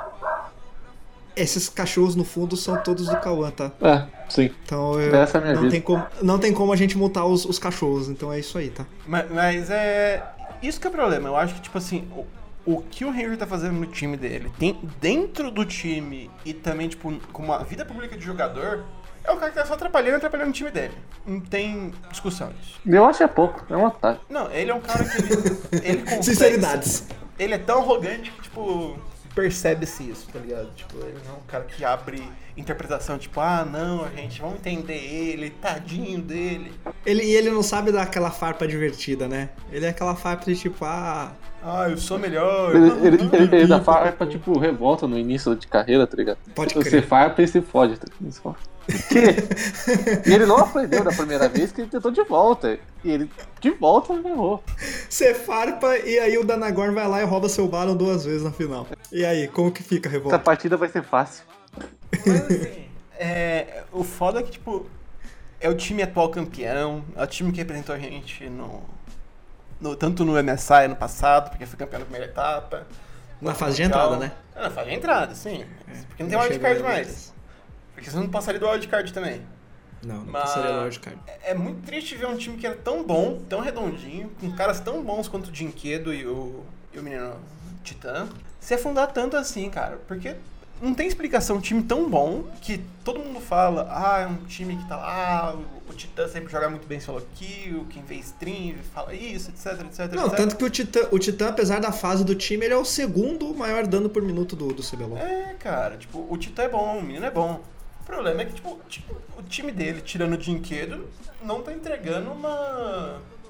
[SPEAKER 2] esses cachorros no fundo são todos do Cauã, tá?
[SPEAKER 4] É, sim.
[SPEAKER 2] Então eu,
[SPEAKER 4] Essa é a minha
[SPEAKER 2] não,
[SPEAKER 4] vida.
[SPEAKER 2] tem como, não tem como a gente mutar os, os cachorros, então é isso aí, tá?
[SPEAKER 3] Mas, mas é. Isso que é o problema. Eu acho que, tipo assim, o, o que o Henry tá fazendo no time dele, tem, dentro do time e também, tipo, como a vida pública de jogador, é o cara que tá só atrapalhando e atrapalhando o time dele. Não tem discussão isso.
[SPEAKER 4] Eu acho que é pouco, é um otário.
[SPEAKER 3] Não, ele é um cara que. Ele, ele consegue.
[SPEAKER 2] Sinceridades.
[SPEAKER 3] Ele é tão arrogante que, tipo, percebe-se isso, tá ligado? Tipo, ele não é um cara que abre interpretação, tipo, ah, não, gente, vamos entender ele, tadinho dele.
[SPEAKER 2] Ele, e ele não sabe dar aquela farpa divertida, né? Ele é aquela farpa de tipo, ah...
[SPEAKER 3] Ah, eu sou melhor.
[SPEAKER 4] Ele,
[SPEAKER 3] não,
[SPEAKER 4] ele,
[SPEAKER 3] não,
[SPEAKER 4] ele, ele
[SPEAKER 2] não,
[SPEAKER 4] dá farpa, tipo, revolta no início de carreira, tá ligado?
[SPEAKER 2] Pode
[SPEAKER 4] Você
[SPEAKER 2] crer.
[SPEAKER 4] farpa e se fode, tá ligado? Por quê? E ele não aprendeu da primeira vez que ele tentou de volta. E ele, de volta, ele errou.
[SPEAKER 2] Você farpa e aí o Danagorn vai lá e rouba seu Baron duas vezes na final. E aí, como que fica a
[SPEAKER 4] Essa
[SPEAKER 2] revolta?
[SPEAKER 4] partida vai ser fácil.
[SPEAKER 3] Mas assim, é, o foda é que, tipo, é o time atual campeão, é o time que representou a gente no, no, tanto no M S I no passado, porque foi campeão na primeira etapa.
[SPEAKER 2] Na fase de
[SPEAKER 3] Mundial.
[SPEAKER 2] entrada, né?
[SPEAKER 3] É, na fase de entrada, sim. Porque não tem
[SPEAKER 2] Não
[SPEAKER 3] wildcard
[SPEAKER 2] chegou
[SPEAKER 3] mais.
[SPEAKER 2] ainda.
[SPEAKER 3] Porque você não passaria do wildcard também.
[SPEAKER 2] Não, não
[SPEAKER 3] Mas
[SPEAKER 2] passaria do wildcard.
[SPEAKER 3] é muito triste ver um time que era tão bom, tão redondinho, com caras tão bons quanto o Dinquedo e o, e o menino Titã, se afundar tanto assim, cara. Porque não tem explicação. Um time tão bom que todo mundo fala, ah, é um time que tá lá, o, o Titã sempre joga muito bem solo kill, quem vê stream fala isso, etc, etc,
[SPEAKER 2] Não,
[SPEAKER 3] etcétera.
[SPEAKER 2] tanto que o Titã, o Titã, apesar da fase do time, ele é o segundo maior dano por minuto do, do C B L O L.
[SPEAKER 3] É, cara, tipo, o Titã é bom, o menino é bom. O problema é que, tipo, tipo, o time dele, tirando o Dinquedo, não tá entregando uma...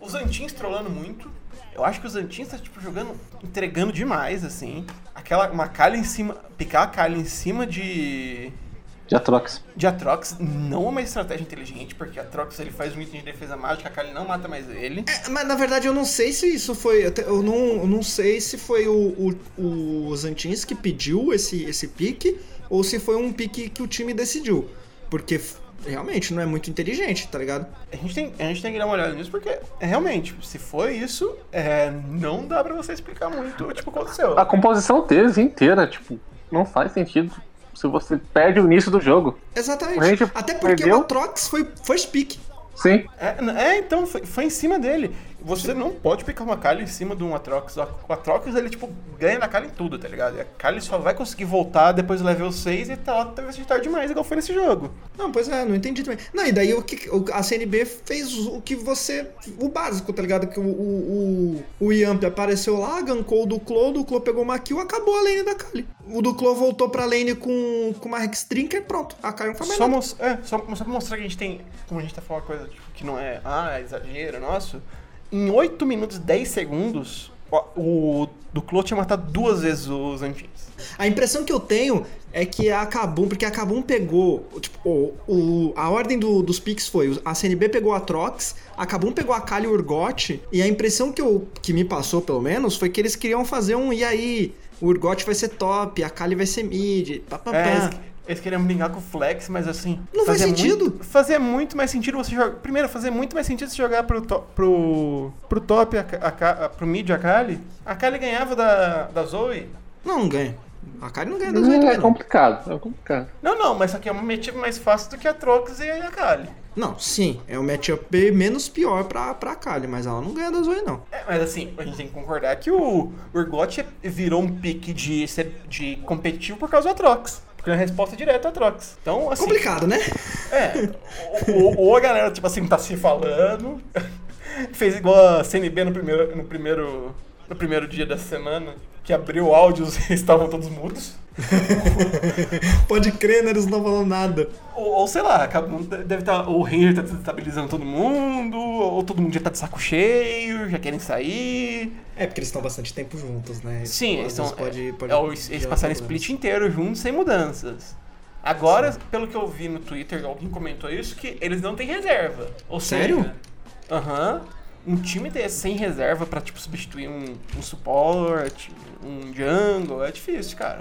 [SPEAKER 3] os Antins trollando muito. Eu acho que os Antins tá, tipo, jogando, entregando demais, assim. Aquela, uma calha em cima, picar a calha em cima de...
[SPEAKER 4] De Atrox.
[SPEAKER 3] De Atrox não é uma estratégia inteligente, porque Atrox ele faz um item de defesa mágica, a Kali não mata mais ele.
[SPEAKER 2] É, mas na verdade eu não sei se isso foi. Eu não, eu não sei se foi o, o, o Zantins que pediu esse, esse pique ou se foi um pique que o time decidiu. Porque realmente não é muito inteligente, tá ligado?
[SPEAKER 3] A gente tem, a gente tem que dar uma olhada nisso, porque realmente, se foi isso, é, não dá pra você explicar muito tipo, o que aconteceu.
[SPEAKER 4] A composição deles inteira, tipo, não faz sentido. Se você perde o início do jogo.
[SPEAKER 2] Exatamente. Até porque
[SPEAKER 4] perdeu.
[SPEAKER 2] o Atrox foi first pick.
[SPEAKER 4] Sim.
[SPEAKER 3] É, é então, foi, foi em cima dele. Você não pode picar uma Kali em cima de um Atrox. O Atrox, ele, tipo, ganha na Kali em tudo, tá ligado? E a Kali só vai conseguir voltar depois do level seis e tá lá talvez de tarde demais, igual foi nesse jogo.
[SPEAKER 2] Não, pois é, não entendi também. Não, e daí o que, o, a C N B fez o que você... O básico, tá ligado? Que o, o, o, o Yamp apareceu lá, gankou o Duclo, o Duclo pegou uma kill, acabou a lane da Kali. O Duclo voltou pra lane com, com uma Hexdrinker, pronto. A Kali não foi mais
[SPEAKER 3] só,
[SPEAKER 2] nada.
[SPEAKER 3] mos- é, só, só pra mostrar que a gente tem... Como a gente tá falando uma coisa tipo, que não é... Ah, é exagero, nosso... Em oito minutos e dez segundos, o Duclo tinha matado duas vezes os Antins.
[SPEAKER 2] A impressão que eu tenho é que a Kabum, porque a Kabum pegou, tipo, o, o- a ordem do- dos picks foi, a C N B pegou a Atrox, a Kabum pegou a Kali e o Urgot, e a impressão que, eu, que me passou, pelo menos, foi que eles queriam fazer um, e aí, o Urgot vai ser top, a Kali vai ser mid, papapá.
[SPEAKER 3] É, eles, eles queriam brincar com o Flex, mas assim...
[SPEAKER 2] Não faz
[SPEAKER 3] fazia
[SPEAKER 2] sentido.
[SPEAKER 3] Muito, fazia muito mais sentido você jogar... Primeiro, fazia muito mais sentido você jogar pro, to, pro, pro top, a, a, a, pro mid a Kali. A Kali ganhava da, da Zoe.
[SPEAKER 2] Não, não ganha. A Kali não ganha das oito,
[SPEAKER 4] É
[SPEAKER 2] não.
[SPEAKER 4] complicado, é complicado.
[SPEAKER 3] Não, não, mas isso aqui é uma matchup mais fácil do que a Trox e a Kali.
[SPEAKER 2] Não, sim, é um matchup menos pior pra, pra Kali, mas ela não ganha das oito, não.
[SPEAKER 3] É, mas assim, a gente tem que concordar que o Urgot virou um pique de, ser- de competitivo por causa do Atrox. Porque é a resposta direta é Atrox. Então, assim...
[SPEAKER 2] Complicado, né?
[SPEAKER 3] É, ou, ou a galera, tipo assim, tá se falando, fez igual a C N B no primeiro, no primeiro, no primeiro dia da semana, que abriu áudios e estavam todos mudos.
[SPEAKER 2] Pode crer, né? Eles não estão falando nada.
[SPEAKER 3] Ou, ou sei lá, acabou- deve estar, o Ranger tá desestabilizando todo mundo, ou todo mundo já tá de saco cheio, já querem sair.
[SPEAKER 2] É, porque eles estão bastante tempo juntos, né? Isso,
[SPEAKER 3] Sim,
[SPEAKER 2] às
[SPEAKER 3] eles, são,
[SPEAKER 2] vezes pode, pode
[SPEAKER 3] é, o- eles
[SPEAKER 2] gerar
[SPEAKER 3] passaram o
[SPEAKER 2] problemas.
[SPEAKER 3] split inteiro juntos, sem mudanças. Agora, pelo que eu vi no Twitter, alguém comentou isso, que eles não têm reserva. Ou
[SPEAKER 2] Sério?
[SPEAKER 3] seja, aham, um time desse sem reserva pra, tipo, substituir um, um suporte, um jungle, é difícil, cara.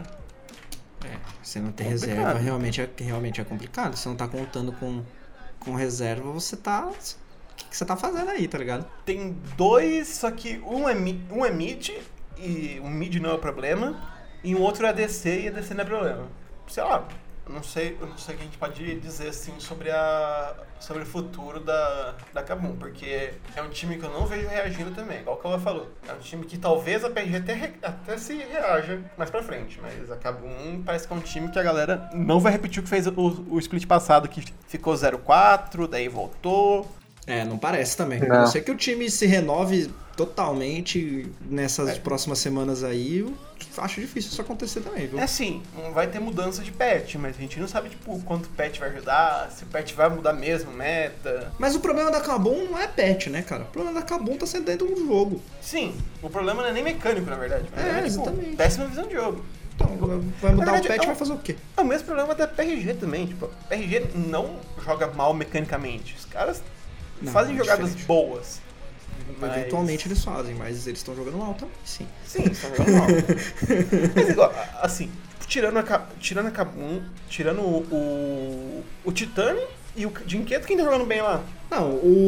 [SPEAKER 2] É, você não tem
[SPEAKER 3] Complicado.
[SPEAKER 2] reserva, realmente é, realmente é complicado. Você não tá contando com, com reserva, você tá... O que, que você tá fazendo aí, tá ligado?
[SPEAKER 3] Tem dois, só que um é, mi- um é mid, e o mid não é o problema, e um outro é A D C, e A D C não é problema. Sei lá, eu não sei, eu não sei o que a gente pode dizer assim sobre, a, sobre o futuro da, da Kabum, porque é um time que eu não vejo reagindo também, igual o Kawa falou. É um time que talvez a P R G até, re- até se reaja mais pra frente, mas a Kabum parece que é um time que a galera não vai repetir o que fez o, o split passado, que ficou zero quatro, daí voltou.
[SPEAKER 2] É, não parece também.
[SPEAKER 4] Não.
[SPEAKER 2] A não ser que o time se renove totalmente nessas
[SPEAKER 3] É.
[SPEAKER 2] próximas semanas aí, eu acho difícil isso acontecer também, viu?
[SPEAKER 3] É assim, não vai ter mudança de patch, mas a gente não sabe, tipo, quanto o patch vai ajudar, se o patch vai mudar mesmo, meta.
[SPEAKER 2] Mas o problema da Kabum não é patch, né, cara? O problema da Kabum tá sendo dentro do jogo.
[SPEAKER 3] Sim, o problema não é nem mecânico, na verdade. mas
[SPEAKER 2] É,
[SPEAKER 3] tipo,
[SPEAKER 2] exatamente.
[SPEAKER 3] péssima visão de jogo.
[SPEAKER 2] Então, vai mudar
[SPEAKER 3] Na verdade,
[SPEAKER 2] o patch,
[SPEAKER 3] é um-
[SPEAKER 2] vai fazer o quê?
[SPEAKER 3] É o mesmo problema da P R G também, tipo, a P R G não joga mal mecanicamente. Os caras
[SPEAKER 2] Não,
[SPEAKER 3] fazem
[SPEAKER 2] é
[SPEAKER 3] jogadas
[SPEAKER 2] diferente.
[SPEAKER 3] boas. Mas-
[SPEAKER 2] Eventualmente eles fazem, mas eles estão jogando mal também, sim.
[SPEAKER 3] Sim, estão jogando mal. Mas igual, assim, tirando a, Ka- tirando a Kabum, tirando o, o, o Titane e o Jinqueto, quem tá jogando bem lá?
[SPEAKER 2] Não,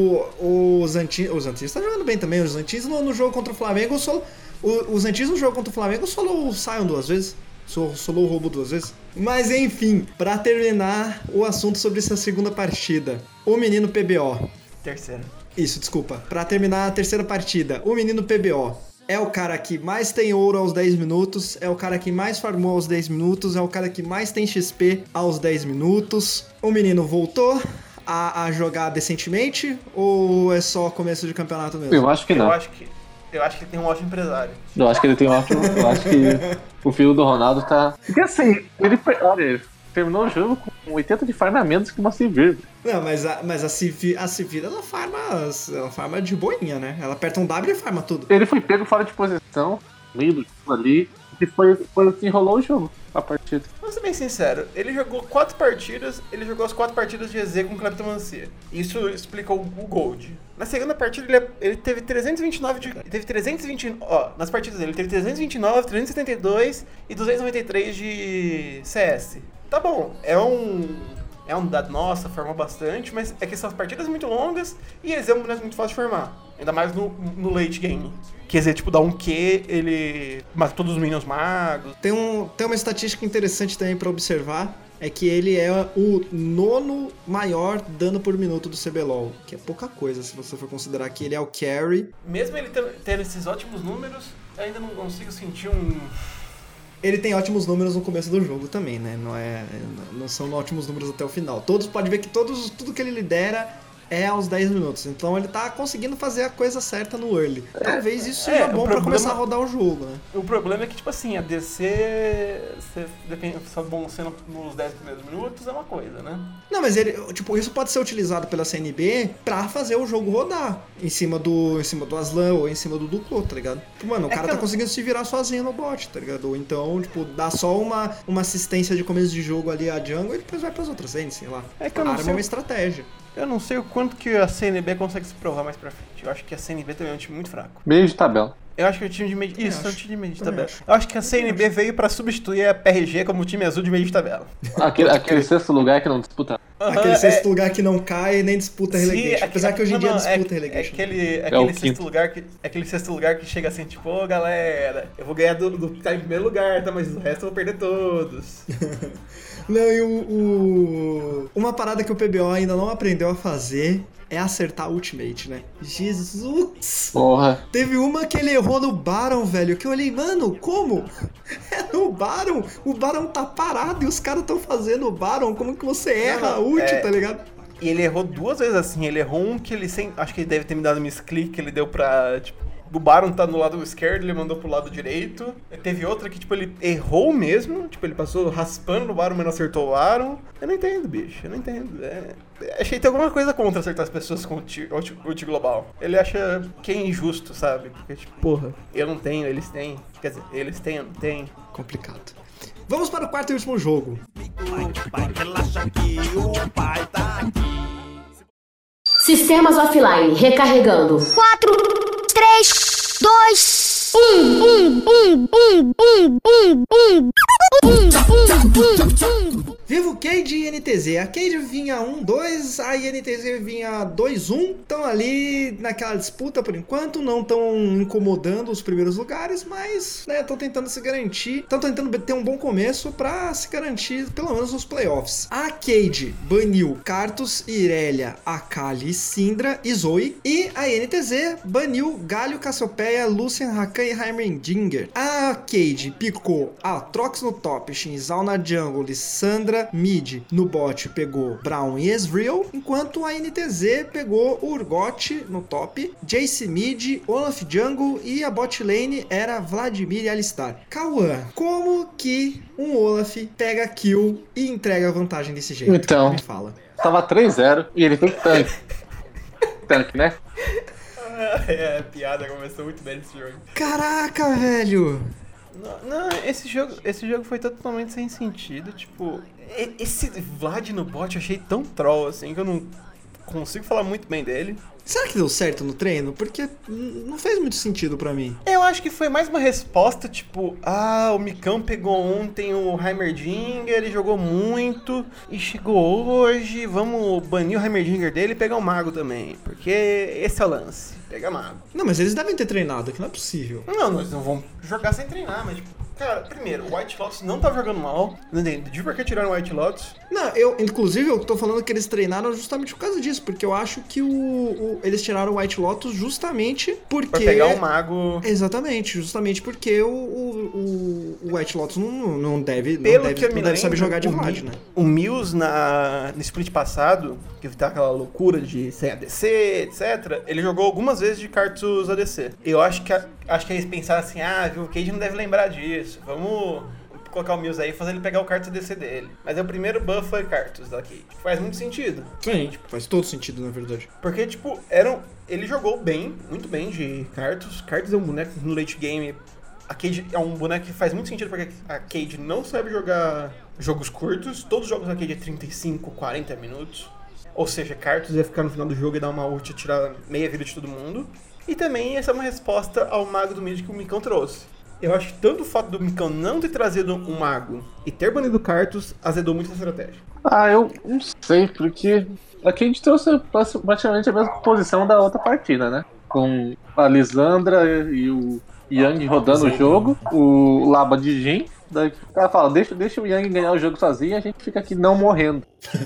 [SPEAKER 2] o, os Antins os Antins tá jogando bem também. Os Antins no, no jogo contra o Flamengo, solo, o, os Antins no jogo contra o Flamengo solou o Sion duas vezes. Sol- Solou o Robo duas vezes. Mas enfim, pra terminar o assunto sobre essa segunda partida, o menino P B O.
[SPEAKER 3] Terceira.
[SPEAKER 2] Isso, desculpa. Pra terminar a terceira partida, o menino P B O é o cara que mais tem ouro aos dez minutos, é o cara que mais farmou aos dez minutos, é o cara que mais tem X P aos dez minutos. O menino voltou a, a jogar decentemente ou é só começo de campeonato mesmo?
[SPEAKER 4] Eu acho que
[SPEAKER 3] Eu
[SPEAKER 4] não.
[SPEAKER 3] acho que, eu acho que ele tem um ótimo empresário.
[SPEAKER 4] Eu acho que ele tem um ótimo. Eu acho que o filho do Ronaldo tá. Porque assim, ele. Olha, terminou o jogo com oitenta de farm a menos que uma Sivir.
[SPEAKER 2] Não, mas a, mas a Sivir, a Sivir, ela farma, ela farma de boinha, né? Ela aperta um W e farma tudo.
[SPEAKER 4] Ele foi pego fora de posição, meio do jogo ali, e foi, foi que enrolou o jogo, a partida.
[SPEAKER 3] Vou ser bem sincero, ele jogou quatro partidas, ele jogou as quatro partidas de E Z com Cleptomancia. Isso explicou o Gold. Na segunda partida ele, ele teve trezentos e vinte e nove de... Teve trezentos e vinte, ó, nas partidas dele, ele teve trezentos e vinte e nove, trezentos e setenta e dois e duzentos e noventa e três de C S. Tá bom, é um... É um dado, nossa, formou bastante, mas é que são partidas muito longas e E Z é um boneco muito fácil de formar. Ainda mais no, no late game. Que E Z, tipo, dá um Q, ele mata todos os minions magos.
[SPEAKER 2] Tem, um, tem uma estatística interessante também pra observar, é que ele é o nono maior dano por minuto do C B L O L, que é pouca coisa se você for considerar que ele é o carry.
[SPEAKER 3] Mesmo ele tendo, tendo esses ótimos números, eu ainda não consigo sentir um...
[SPEAKER 2] Ele tem ótimos números no começo do jogo também, né? Não, é, não são ótimos números até o final. Todos, pode ver que todos, tudo que ele lidera é aos dez minutos. Então ele tá conseguindo fazer a coisa certa no early. Talvez isso seja
[SPEAKER 3] É,
[SPEAKER 2] bom
[SPEAKER 3] o
[SPEAKER 2] pra
[SPEAKER 3] problema-
[SPEAKER 2] começar a rodar o jogo, né?
[SPEAKER 3] O problema é que, tipo assim, a D C, você depende, só bom sendo nos dez primeiros minutos é uma coisa, né?
[SPEAKER 2] Não, mas ele, tipo, isso pode ser utilizado pela C N B pra fazer o jogo rodar. Em cima do, em cima do Aslan ou em cima do Duplo, tá ligado? Tipo, mano, o
[SPEAKER 3] É
[SPEAKER 2] cara
[SPEAKER 3] que
[SPEAKER 2] tá
[SPEAKER 3] eu-
[SPEAKER 2] conseguindo se virar sozinho no bot, tá ligado? Ou então, tipo, dá só uma, uma assistência de começo de jogo ali à jungle e depois vai pras outras lanes, sei lá.
[SPEAKER 3] É que eu não
[SPEAKER 2] Arma
[SPEAKER 3] sei-
[SPEAKER 2] uma estratégia.
[SPEAKER 3] Eu não sei o quanto que a C N B consegue se provar mais pra frente. Eu acho que a C N B também é um time muito fraco.
[SPEAKER 4] Meio de tabela.
[SPEAKER 3] Eu acho que o time de meio...
[SPEAKER 2] Também
[SPEAKER 3] Isso, é um
[SPEAKER 2] acho.
[SPEAKER 3] time de meio de
[SPEAKER 2] Também
[SPEAKER 3] tabela.
[SPEAKER 2] acho.
[SPEAKER 3] Eu acho que a C N B veio pra substituir a P R G como time azul de meio de tabela.
[SPEAKER 4] Aquele, aquele sexto lugar que não disputa.
[SPEAKER 2] Aquele
[SPEAKER 3] Aham,
[SPEAKER 2] sexto
[SPEAKER 3] é-
[SPEAKER 2] lugar que não cai e nem disputa
[SPEAKER 3] Sim,
[SPEAKER 2] relegation.
[SPEAKER 3] aque-
[SPEAKER 2] Apesar que hoje em dia
[SPEAKER 3] não, não,
[SPEAKER 2] disputa
[SPEAKER 3] é,
[SPEAKER 2] relegation.
[SPEAKER 3] É aquele,
[SPEAKER 4] É
[SPEAKER 3] aquele
[SPEAKER 4] o
[SPEAKER 3] sexto
[SPEAKER 4] quinto.
[SPEAKER 3] lugar que, é aquele sexto lugar que chega assim, tipo, ô galera, eu vou ganhar do, do tá em primeiro lugar, tá? Mas o resto eu vou perder todos.
[SPEAKER 2] Não, e o, o- uma parada que o P B O ainda não aprendeu a fazer é acertar ultimate, né? Jesus!
[SPEAKER 4] Porra.
[SPEAKER 2] Teve uma que ele errou no Baron, velho, que eu olhei, mano, como? É no Baron? O Baron tá parado e os caras tão fazendo o Baron, como que você erra a
[SPEAKER 3] não,
[SPEAKER 2] ult,
[SPEAKER 3] é-
[SPEAKER 2] tá ligado?
[SPEAKER 3] E ele errou duas vezes assim, ele errou um que ele sem. Acho que ele deve ter me dado um misclick que ele deu pra. Tipo, o Baron tá no lado esquerdo, ele mandou pro lado direito. E teve outra que, tipo, ele errou mesmo. Tipo, ele passou raspando no Baron, mas não acertou o Baron. Eu não entendo, bicho. Eu não entendo. É... Achei que tem alguma coisa contra acertar as pessoas com o ult- ult ult global. Ele acha que é injusto, sabe? Porque, tipo, porra, eu não tenho, eles têm. Quer dizer, eles têm, eu não tenho.
[SPEAKER 2] Complicado. Vamos para o quarto e último jogo.
[SPEAKER 8] Sistemas offline, recarregando.
[SPEAKER 6] Quatro, três, dois, um, um, um, um, um, um, um, um, um, um.
[SPEAKER 2] Vivo Cade e N T Z. A Cade vinha um dois, a N T Z vinha dois um. Estão ali naquela disputa por enquanto, não estão incomodando os primeiros lugares, mas estão tentando se garantir, estão tentando ter um bom começo pra se garantir pelo menos nos playoffs. A Cade baniu Karthus, Irelia, Akali, Syndra e Zoe. E a N T Z baniu Galio, Cassiopeia, Lucian, Rakan e Heimerdinger. A Cade picou Aatrox no top, Shinzal na jungle, Lissandra mid, no bot pegou Braum e Ezreal, enquanto a N T Z pegou Urgot no top, Jace mid, Olaf jungle e a bot lane era Vladimir e Alistar. Cauã, como que um Olaf pega kill e entrega vantagem desse jeito?
[SPEAKER 4] Então.
[SPEAKER 2] Me fala.
[SPEAKER 4] Tava três a zero e ele foi tanque. Tanque, né?
[SPEAKER 3] É, a piada começou muito bem nesse jogo.
[SPEAKER 2] Caraca, velho!
[SPEAKER 3] Não, não, esse jogo, esse jogo foi totalmente sem sentido, tipo... e- Esse Vlad no bot eu achei tão troll, assim, que eu não consigo falar muito bem dele.
[SPEAKER 2] Será que deu certo no treino? Porque n- não fez muito sentido pra mim.
[SPEAKER 3] Eu acho que foi mais uma resposta, tipo... Ah, o Micão pegou ontem o Heimerdinger, ele jogou muito, e chegou hoje, vamos banir o Heimerdinger dele e pegar o Mago também, porque esse é o lance, pegar Mago.
[SPEAKER 2] Não, mas eles devem ter treinado, que não é possível.
[SPEAKER 3] Não, nós não vamos jogar sem treinar, mas tipo... Cara, primeiro, o White Lotus não tá jogando mal, não entendi por que tiraram o White Lotus.
[SPEAKER 2] Não, eu, inclusive, eu tô falando que eles treinaram justamente por causa disso, porque eu acho que o, o- eles tiraram o White Lotus justamente porque...
[SPEAKER 3] Pra pegar o Mago...
[SPEAKER 2] Exatamente, justamente porque o, o, o White Lotus não, não deve, não
[SPEAKER 3] Pelo
[SPEAKER 2] deve,
[SPEAKER 3] que eu me
[SPEAKER 2] não deve saber
[SPEAKER 3] lembro,
[SPEAKER 2] jogar de
[SPEAKER 3] o
[SPEAKER 2] Vlad,
[SPEAKER 3] Mi-
[SPEAKER 2] né?
[SPEAKER 3] O Mills na, no split passado, que tá aquela loucura de sem A D C, etcétera, ele jogou algumas vezes de Karthus A D C. Eu acho que, a- acho que eles pensaram assim, ah, viu, o Cade não deve lembrar disso, vamos colocar o Mills aí e fazer ele pegar o Cartus e descer dele. Mas é o primeiro buff foi Cartus da Cade. Faz muito sentido.
[SPEAKER 2] Sim, tipo, faz todo sentido, na verdade.
[SPEAKER 3] Porque, tipo, eram, ele jogou bem, muito bem de Cartus. Cartus é um boneco no late game. A Cade é um boneco que faz muito sentido porque a Cade não sabe jogar jogos curtos. Todos os jogos da Cade é trinta e cinco, quarenta minutos. Ou seja, Cartus ia ficar no final do jogo e dar uma ult e tirar meia vida de todo mundo. E também essa é uma resposta ao mago do mid que o Micão trouxe. Eu acho que tanto o fato do Micão não ter trazido um mago e ter banido Cartus azedou muito essa estratégia.
[SPEAKER 4] Ah, eu não sei, porque aqui a gente trouxe praticamente a mesma posição da outra partida, né? Com a Lisandra e o Yang rodando o jogo, o Laba de Jhin. Daí o cara fala, deixa, deixa o Yang ganhar o jogo sozinho e a gente fica aqui não morrendo.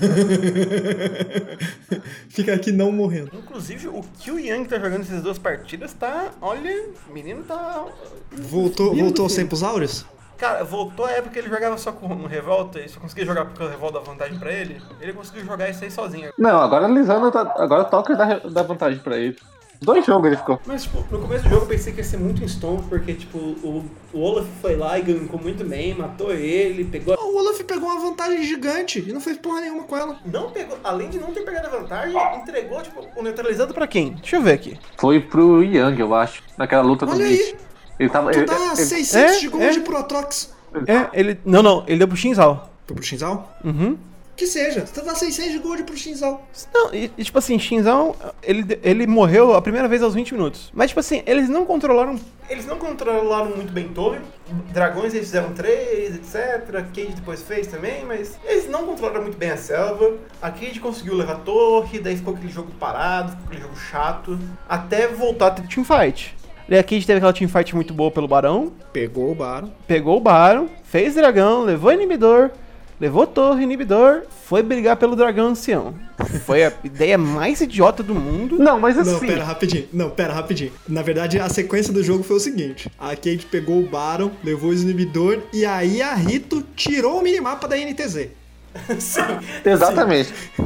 [SPEAKER 2] Fica aqui não morrendo.
[SPEAKER 3] Inclusive, o que o Yang tá jogando nessas duas partidas tá... Olha, o menino tá...
[SPEAKER 2] Voltou, voltou aos tempos áureos?
[SPEAKER 3] Cara, voltou a época que ele jogava só com o Revolta e só conseguia jogar porque o Revolta dá vantagem pra ele. Ele conseguiu jogar isso aí sozinho.
[SPEAKER 4] Não, agora a Lisandra tá, agora o Talker dá, dá vantagem pra ele. Dois jogos ele ficou.
[SPEAKER 3] Mas, tipo, no começo do jogo eu pensei que ia ser muito Stone, porque, tipo, o, o Olaf foi lá e gankou muito bem, matou ele, pegou...
[SPEAKER 2] O Olaf pegou uma vantagem gigante e não fez porra nenhuma com ela.
[SPEAKER 3] Não pegou, além de não ter pegado a vantagem, entregou, tipo, o neutralizado pra quem? Deixa eu ver aqui.
[SPEAKER 4] Foi pro Yang, eu acho, naquela luta do
[SPEAKER 2] Olha
[SPEAKER 4] mid.
[SPEAKER 2] aí.
[SPEAKER 4] Ele tava...
[SPEAKER 2] Tu
[SPEAKER 4] ele,
[SPEAKER 2] dá
[SPEAKER 4] ele,
[SPEAKER 2] seiscentos
[SPEAKER 3] é,
[SPEAKER 2] de gold
[SPEAKER 3] é.
[SPEAKER 2] pro Atrox.
[SPEAKER 3] É, ele... Não, não, ele deu pro Shinzal.
[SPEAKER 2] Foi pro Shinzal?
[SPEAKER 3] Uhum.
[SPEAKER 2] Que seja, tu dá seiscentos de gold pro Shinzal.
[SPEAKER 3] Não, e, e tipo assim, Shinzal, ele, ele morreu a primeira vez aos vinte minutos. Mas tipo assim, eles não controlaram. Eles não controlaram muito bem torre. Dragões eles fizeram três, etcétera. Cade depois fez também, mas eles não controlaram muito bem a selva. A Cade conseguiu levar torre, daí ficou aquele jogo parado, ficou aquele jogo chato. Até voltar a ter teamfight. Daí a Cade teve aquela teamfight muito boa pelo Barão.
[SPEAKER 2] Pegou o Baron.
[SPEAKER 3] Pegou o Baron, fez dragão, levou inibidor. Levou torre, inibidor, foi brigar pelo dragão ancião. Foi a ideia mais idiota do mundo.
[SPEAKER 4] Não, mas assim...
[SPEAKER 2] Não, pera, rapidinho. Não, pera, rapidinho. Na verdade, a sequência do jogo foi o seguinte. A Cade pegou o Baron, levou o inibidor, e aí a Rito tirou o minimapa da N T Z.
[SPEAKER 3] Sim.
[SPEAKER 4] Exatamente.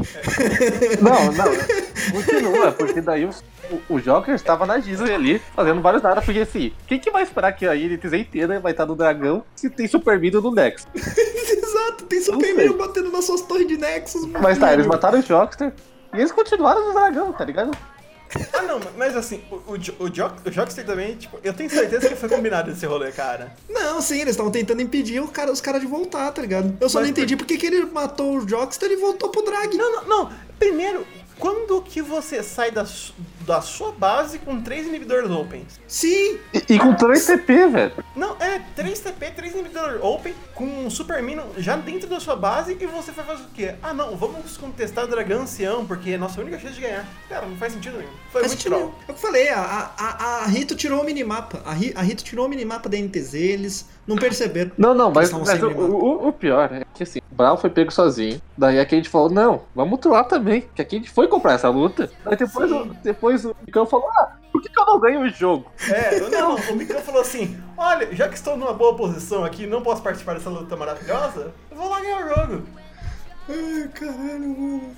[SPEAKER 4] Sim. Não, não. Continua, porque daí os, o, o Joker estava na Disney ali, fazendo vários nada, porque assim, quem que vai esperar que a N T Z inteira vai estar no dragão se tem Super Minion no Nexus?
[SPEAKER 2] Exato, tem Super Minion batendo nas suas torres de Nexus.
[SPEAKER 4] Mas tá, eles mataram o Joker e eles continuaram no dragão, tá ligado?
[SPEAKER 3] Ah, não, mas assim, o, o, o, Jo- o Jockster também, tipo, eu tenho certeza que foi combinado esse rolê, cara.
[SPEAKER 2] Não, sim, eles estavam tentando impedir o cara, os caras de voltar, tá ligado? Eu só
[SPEAKER 3] Mas
[SPEAKER 2] não entendi por que que ele matou o Jockster e voltou pro Drag.
[SPEAKER 3] Não, não, não. Primeiro, quando que você sai da, su- da sua base com três inibidores opens?
[SPEAKER 2] Sim,
[SPEAKER 4] E, e com três T P, velho.
[SPEAKER 3] Não, é três T P, três inibidores open, com um Super Minion já dentro da sua base e você vai fazer o quê? Ah, não, vamos contestar o dragão ancião, porque é a nossa única chance de ganhar. Cara, não faz sentido nenhum. Foi
[SPEAKER 2] faz
[SPEAKER 3] muito
[SPEAKER 2] sentido.
[SPEAKER 3] troll.
[SPEAKER 2] É o que eu falei, a, a, a Rito tirou o minimapa. A, Ri- a Rito tirou o minimapa da N T Z, eles não perceberam.
[SPEAKER 4] Não, não,
[SPEAKER 2] que eles
[SPEAKER 4] mas,
[SPEAKER 2] estavam
[SPEAKER 4] mas
[SPEAKER 2] sem
[SPEAKER 4] o,
[SPEAKER 2] minimapa.
[SPEAKER 4] o, o pior é que assim, o Brown foi pego sozinho. Daí a Cade falou, não, vamos trollar também. Que a Cade foi comprar essa luta. Aí depois, o, depois o Micão falou, ah, por que, que eu não ganho o jogo?
[SPEAKER 3] É, não, o Micão falou assim, olha, já que estou numa boa posição aqui e não posso participar dessa luta maravilhosa, eu vou lá ganhar o jogo.
[SPEAKER 2] Ai, caralho, mano.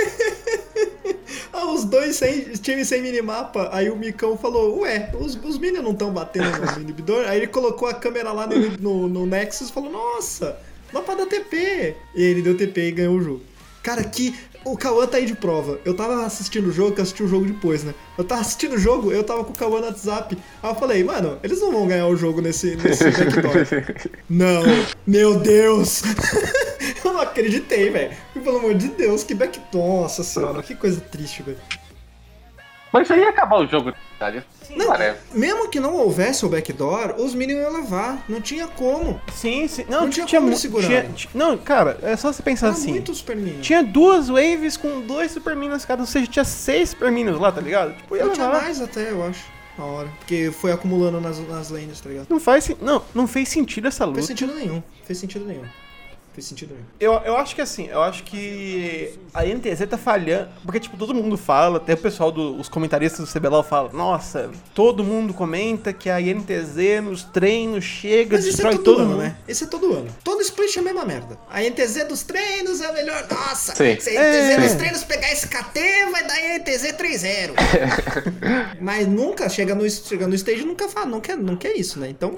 [SPEAKER 2] Ah, os dois sem, times sem minimapa. Aí o Micão falou, ué, os, os minions não estão batendo no inibidor. Aí ele colocou a câmera lá no, no, no Nexus e falou, nossa, dá pra dar T P. E aí ele deu T P e ganhou o jogo. Cara, que... O Cauã tá aí de prova. Eu tava assistindo o jogo, que eu assisti o jogo depois, né? Eu tava assistindo o jogo, eu tava com o Cauã no WhatsApp. Aí eu falei, mano, eles não vão ganhar o jogo nesse, nesse backdoor. Não, meu Deus. Eu não acreditei, velho. Pelo amor de Deus, que backdoor. Nossa senhora, que coisa triste, velho.
[SPEAKER 4] Mas já ia acabar o jogo, cara.
[SPEAKER 2] Não,
[SPEAKER 4] Parece.
[SPEAKER 2] mesmo que não houvesse o backdoor, os minions iam levar. Não tinha como.
[SPEAKER 3] Sim, sim. Não,
[SPEAKER 2] Não tinha
[SPEAKER 3] tinha
[SPEAKER 2] como
[SPEAKER 3] mu-
[SPEAKER 2] eles segurar.
[SPEAKER 3] tinha- ti- Não, cara, é só você pensar
[SPEAKER 2] Era
[SPEAKER 3] assim.
[SPEAKER 2] muito Super Minion.
[SPEAKER 3] Tinha duas waves com dois Super Minions cada, ou seja, tinha seis Super Minions lá, tá ligado? Tipo, ia
[SPEAKER 2] Eu tinha
[SPEAKER 3] levar.
[SPEAKER 2] mais até, eu acho, na hora. Porque foi acumulando nas, nas lanes, tá ligado?
[SPEAKER 3] Não faz sen- não, não fez sentido essa
[SPEAKER 2] Não
[SPEAKER 3] luta.
[SPEAKER 2] fez sentido nenhum. Fez sentido nenhum. Fez sentido nenhum.
[SPEAKER 3] Eu, eu acho que assim, eu acho que a N T Z tá falhando, porque tipo, todo mundo fala, até o pessoal dos comentaristas do C B L O L fala, nossa, todo mundo comenta que a N T Z nos treinos chega,
[SPEAKER 2] Mas isso é
[SPEAKER 3] destrói
[SPEAKER 2] todo,
[SPEAKER 3] todo
[SPEAKER 2] ano,
[SPEAKER 3] mundo.
[SPEAKER 2] né? Isso é todo ano. Todo split é a mesma merda. A N T Z dos treinos é a melhor. Nossa,
[SPEAKER 4] Sim.
[SPEAKER 2] se a N T Z
[SPEAKER 3] É.
[SPEAKER 2] dos treinos pegar esse K T, vai dar N T Z três zero. Mas nunca, chega no, chega no stage e nunca fala, não quer, não quer isso, né? Então,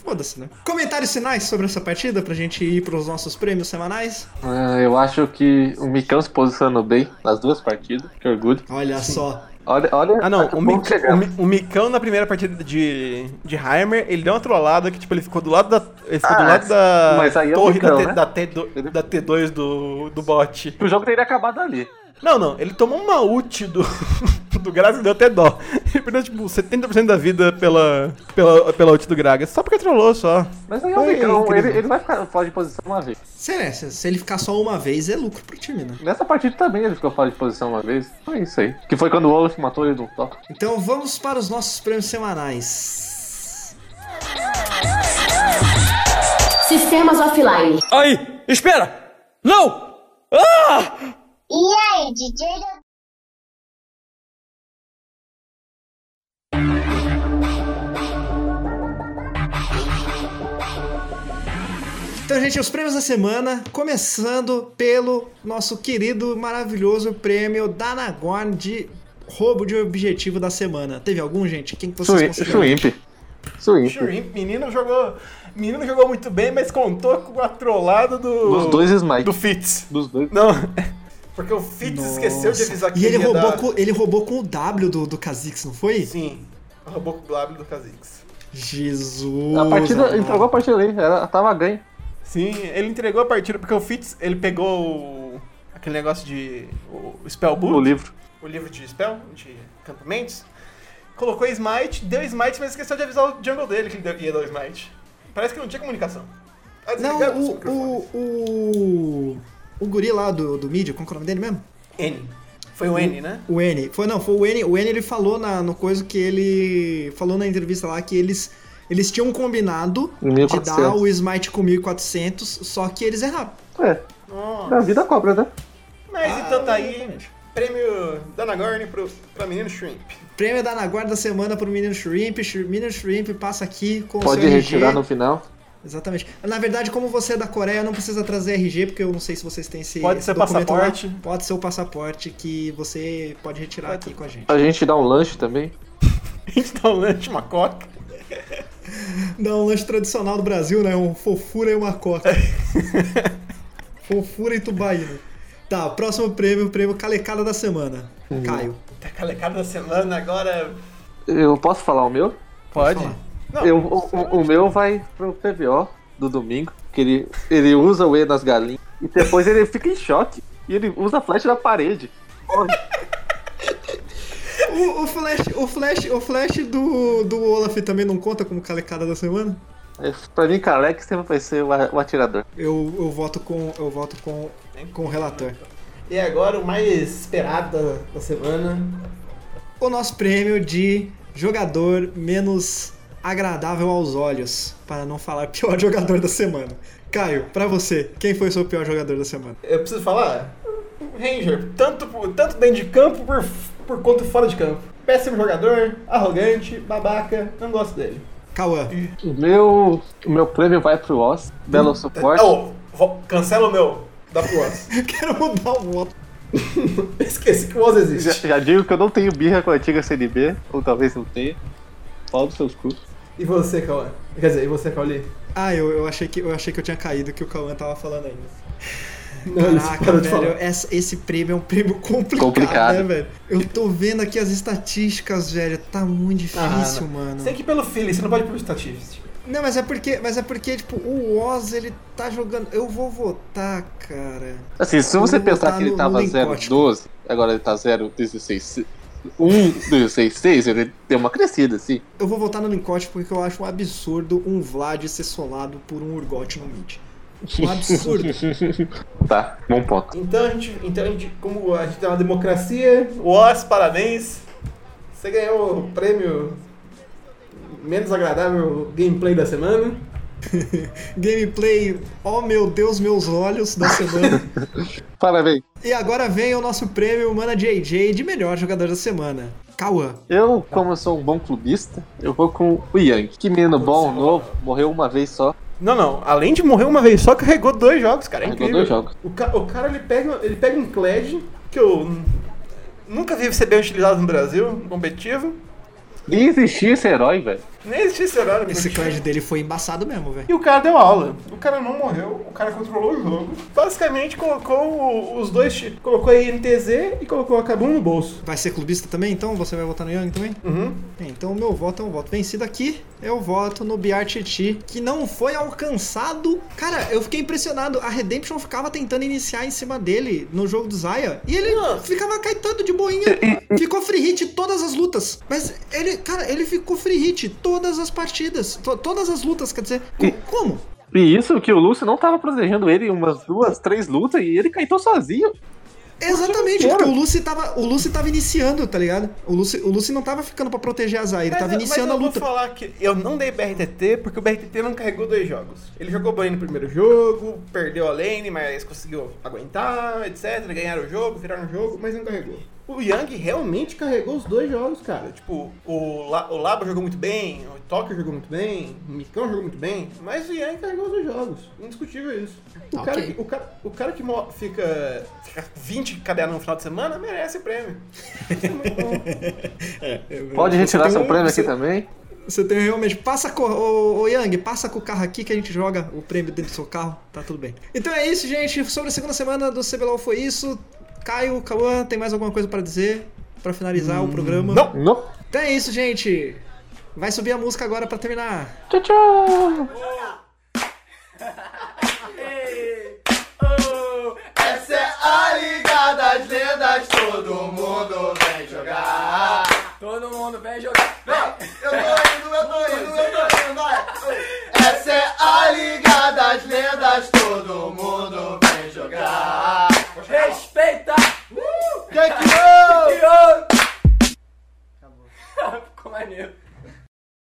[SPEAKER 2] foda-se, né? Comentários finais sobre essa partida pra gente ir pros nossos prêmios semanais?
[SPEAKER 4] Ah, eu acho que o Micão se posicionou bem nas duas partidas. Que orgulho.
[SPEAKER 2] Olha só.
[SPEAKER 4] Olha, olha.
[SPEAKER 3] Ah, não,
[SPEAKER 4] a que
[SPEAKER 3] o,
[SPEAKER 4] ponto
[SPEAKER 3] Mic, o,
[SPEAKER 4] chegamos.
[SPEAKER 3] Mi- o Micão na primeira partida de, de Heimer, ele deu uma trollada que, tipo, ele ficou do lado da. Ele ficou
[SPEAKER 4] Ah,
[SPEAKER 3] do lado da
[SPEAKER 4] mas aí é o
[SPEAKER 3] torre
[SPEAKER 4] Micão,
[SPEAKER 3] da, T,
[SPEAKER 4] né?
[SPEAKER 3] da, T, do- da T dois do, do bot.
[SPEAKER 4] O jogo teria acabado ali.
[SPEAKER 3] Não, não, ele tomou uma ult do, do Gragas e deu até dó. Ele perdeu, tipo, setenta por cento da vida pela, pela, pela ult do Gragas, só porque trollou, só.
[SPEAKER 4] Mas aí é o
[SPEAKER 3] Foi
[SPEAKER 4] Micão,
[SPEAKER 3] incrível.
[SPEAKER 4] ele, ele vai ficar fora de posição uma vez.
[SPEAKER 2] Se, né, se, se ele ficar só uma vez, é lucro pro time, né?
[SPEAKER 4] Nessa partida também ele ficou fora de posição uma vez. Foi isso aí. Que foi quando o Olaf matou ele no toque.
[SPEAKER 2] Então vamos para os nossos prêmios semanais.
[SPEAKER 8] Sistemas offline.
[SPEAKER 9] Aí, espera! Não! Ah!
[SPEAKER 6] E aí, D J?
[SPEAKER 2] Então, gente, os prêmios da semana, começando pelo nosso querido, maravilhoso prêmio da Nagorn de roubo de objetivo da semana. Teve algum, gente? Quem que vocês consideram?
[SPEAKER 4] Shrimp. Shrimp.
[SPEAKER 3] Shrimp, menino jogou. Menino jogou muito bem, mas contou com a trollada do.
[SPEAKER 4] Dos dois Smite.
[SPEAKER 3] Do Fitz.
[SPEAKER 4] Dos dois.
[SPEAKER 3] Não, porque o Fitz
[SPEAKER 2] Nossa.
[SPEAKER 3] esqueceu de avisar que
[SPEAKER 2] E ele
[SPEAKER 3] ia
[SPEAKER 2] roubou,
[SPEAKER 3] dar...
[SPEAKER 2] com, ele roubou com o W do, do Kha'Zix, não foi?
[SPEAKER 3] Sim, roubou com o W do Kha'Zix.
[SPEAKER 2] Jesus.
[SPEAKER 4] A partida,
[SPEAKER 2] amado.
[SPEAKER 4] entregou a partida ali, ela tava ganha.
[SPEAKER 3] Sim, ele entregou a partida porque o Fitz, ele pegou o... aquele negócio de... o Spellbook.
[SPEAKER 4] O livro.
[SPEAKER 3] O livro de Spell, de acampamentos. Colocou Smite, deu Smite, mas esqueceu de avisar o jungle dele que ele deu- ia dar o Smite. Parece que não tinha comunicação. Ah,
[SPEAKER 2] Não,
[SPEAKER 3] desligaram os
[SPEAKER 2] o,
[SPEAKER 3] microfones.
[SPEAKER 2] o, o, o guri lá do, do mídia, qual que é o nome dele mesmo?
[SPEAKER 3] N. Foi o N, né?
[SPEAKER 2] O N. Foi, não, foi o N. O N, ele falou na, no coisa que ele... Falou na entrevista lá que eles... Eles tinham combinado
[SPEAKER 4] mil e
[SPEAKER 2] de
[SPEAKER 4] quatrocentos.
[SPEAKER 2] dar o Smite com mil e quatrocentos, só que eles erraram.
[SPEAKER 4] É,
[SPEAKER 3] Nossa.
[SPEAKER 4] da vida cobra, né?
[SPEAKER 3] Mas
[SPEAKER 2] Ah,
[SPEAKER 3] então tá aí,
[SPEAKER 2] exatamente.
[SPEAKER 3] prêmio da Nagorn pro, pra menino Shrimp.
[SPEAKER 2] Prêmio da Nagorn da semana pro Menino Shrimp. Shri- Menino Shrimp passa aqui com
[SPEAKER 4] Pode
[SPEAKER 2] o seu R G.
[SPEAKER 4] retirar no final.
[SPEAKER 2] Exatamente. Na verdade, como você é da Coreia, não precisa trazer R G, porque eu não sei se vocês têm esse
[SPEAKER 3] Pode
[SPEAKER 2] esse
[SPEAKER 3] ser
[SPEAKER 2] documento lá.
[SPEAKER 3] passaporte.
[SPEAKER 2] Pode ser o passaporte que você pode retirar aqui com a gente.
[SPEAKER 4] A gente dá um lanche também.
[SPEAKER 3] A gente dá um lanche, uma coca.
[SPEAKER 2] Dá um lanche tradicional do Brasil, né? Um fofura e uma coca. Fofura e tubaína. Tá, o próximo prêmio, o prêmio Calecada da semana. Caio.
[SPEAKER 3] Tá calecada da semana agora.
[SPEAKER 4] Eu posso falar o meu?
[SPEAKER 3] Pode?
[SPEAKER 2] falar.
[SPEAKER 3] Não,
[SPEAKER 4] Eu, o, o- o meu vai pro P V O do domingo, que ele, ele usa o E nas galinhas e depois ele fica em choque e ele usa a flecha na parede.
[SPEAKER 2] O, o flash, o flash, o flash do, do Olaf também não conta como Calecada da semana?
[SPEAKER 4] É, pra mim, Kalec sempre vai ser o, a- o atirador.
[SPEAKER 2] Eu, eu voto com eu voto com, com o relator.
[SPEAKER 3] E agora o mais esperado da, da semana.
[SPEAKER 2] O nosso prêmio de jogador menos agradável aos olhos, para não falar pior jogador da semana. Caio, pra você, quem foi o seu pior jogador da semana?
[SPEAKER 3] Eu preciso falar? Ranger, tanto, por- tanto dentro de campo por, por quanto fora de campo. Péssimo jogador, arrogante, babaca, não gosto dele.
[SPEAKER 2] Cauã.
[SPEAKER 4] O meu, o meu prêmio vai pro Oz, belo suporte.
[SPEAKER 3] Oh, vo- cancela o meu, dá pro Oz.
[SPEAKER 2] Quero mudar o voto.
[SPEAKER 3] Esqueci que o Oz
[SPEAKER 4] Já,
[SPEAKER 3] existe.
[SPEAKER 4] já digo que eu não tenho birra com a antiga C N B, ou talvez não tenha. Pau dos seus cus.
[SPEAKER 3] E você, Cauã? Quer dizer, e você, Cauli?
[SPEAKER 2] Ah, eu, eu, achei que, eu achei que eu tinha caído que o Cauã tava falando ainda.
[SPEAKER 3] Não, ele
[SPEAKER 2] Caraca,
[SPEAKER 3] parou de
[SPEAKER 2] velho,
[SPEAKER 3] falar.
[SPEAKER 2] essa- esse prêmio é um prêmio complicado,
[SPEAKER 4] Complicado.
[SPEAKER 2] né, velho? Eu tô vendo aqui as estatísticas, velho, tá muito difícil,
[SPEAKER 3] Ah, não.
[SPEAKER 2] mano.
[SPEAKER 3] Você tem que ir pelo feeling, você não pode ir por estatística.
[SPEAKER 2] Não, mas é porque, mas é porque, tipo, o Oz, ele tá jogando... Eu vou votar, cara.
[SPEAKER 4] Assim, se
[SPEAKER 2] Eu
[SPEAKER 4] você
[SPEAKER 2] vou
[SPEAKER 4] pensar
[SPEAKER 2] botar
[SPEAKER 4] que ele
[SPEAKER 2] no-
[SPEAKER 4] tava
[SPEAKER 2] no
[SPEAKER 4] zero
[SPEAKER 2] Lincote.
[SPEAKER 4] doze, agora ele tá zero dezesseis, um dezesseis seis, ele deu uma crescida, assim.
[SPEAKER 2] Eu vou votar no Lincote porque eu acho um absurdo um Vlad ser solado por um Urgot no mid. Um absurdo.
[SPEAKER 4] Tá, bom ponto.
[SPEAKER 3] Então a gente, então a gente, como a gente tem uma democracia, o Oz, parabéns. Você ganhou o prêmio menos agradável gameplay da semana.
[SPEAKER 2] Gameplay, oh meu Deus, meus olhos, da semana.
[SPEAKER 4] Parabéns.
[SPEAKER 2] E agora vem o nosso prêmio Mana J J de melhor jogador da semana. Cauã.
[SPEAKER 4] Eu, como eu sou um bom clubista, eu vou com o Yang. Que menino bom, novo, morreu uma vez só.
[SPEAKER 3] Não, não. Além de morrer uma vez só, carregou dois jogos, cara. É
[SPEAKER 4] Carregou
[SPEAKER 3] incrível.
[SPEAKER 4] dois jogos.
[SPEAKER 3] O, ca- o cara, ele pega, ele pega um Kled, que eu n- nunca vi ser bem utilizado no Brasil, no competitivo.
[SPEAKER 4] Nem existia esse herói, velho.
[SPEAKER 3] Nem existia esse herói. não
[SPEAKER 2] Esse
[SPEAKER 3] existia.
[SPEAKER 2] crash dele foi embaçado mesmo, velho.
[SPEAKER 3] E o cara deu aula. O cara não morreu, o cara controlou o jogo. Basicamente colocou o- os dois, chi- colocou a I N T Z e colocou a Kabum no bolso.
[SPEAKER 2] Vai ser clubista também, então? Você vai votar no Yang também?
[SPEAKER 3] Uhum.
[SPEAKER 2] Bem, então o meu voto é um voto vencido aqui. Eu voto no B R T T, que não foi alcançado. Cara, eu fiquei impressionado. A Redemption ficava tentando iniciar em cima dele no jogo do Zaya. E ele
[SPEAKER 3] Não.
[SPEAKER 2] ficava caetando de boinha. Ficou free hit todas as lutas. Mas ele, cara, ele ficou free hit todas as partidas. To- todas as lutas, quer dizer. co- Como?
[SPEAKER 4] E isso que o Lúcio não tava protegendo ele em umas duas, três lutas e ele caiu sozinho.
[SPEAKER 2] Exatamente,
[SPEAKER 4] Fora.
[SPEAKER 2] porque o Lucy tava, o Lucy tava iniciando, tá ligado? O Lucy, o Lucy não tava ficando pra proteger a Zaya, ele
[SPEAKER 3] Mas,
[SPEAKER 2] tava
[SPEAKER 3] eu-
[SPEAKER 2] iniciando
[SPEAKER 3] mas
[SPEAKER 2] a
[SPEAKER 3] eu
[SPEAKER 2] luta.
[SPEAKER 3] vou falar que eu não dei B R T T porque o B R T T não carregou dois jogos. Ele jogou bem no primeiro jogo, perdeu a lane, mas conseguiu aguentar, etcétera. Ganharam o jogo, viraram o jogo, mas não carregou. O Yang realmente carregou os dois jogos, cara. Tipo, o, La, o Labo jogou muito bem, o Tokyo jogou muito bem, o Mikão jogou muito bem, mas o Yang carregou os dois jogos. Indiscutível isso. O,
[SPEAKER 2] Ok.
[SPEAKER 3] cara, que, o, cara, o cara que mo- fica, fica vinte cadernos no final de semana merece prêmio. Isso é muito bom.
[SPEAKER 4] Pode
[SPEAKER 2] Você
[SPEAKER 4] retirar
[SPEAKER 2] tem
[SPEAKER 4] seu
[SPEAKER 2] um-
[SPEAKER 4] prêmio
[SPEAKER 2] você-
[SPEAKER 4] aqui também.
[SPEAKER 2] Você tem realmente. Passa com. Ô, ô Yang, passa com o carro aqui que a gente joga o prêmio dentro do seu carro. Tá tudo bem. Então é isso, gente. Sobre a segunda semana do C B L O L foi isso. Caio, Cauã, tem mais alguma coisa pra dizer? Pra finalizar o programa?
[SPEAKER 3] não.
[SPEAKER 4] Não.
[SPEAKER 2] Então é isso, gente. Vai subir a música agora pra terminar.
[SPEAKER 4] Tchau, tchau.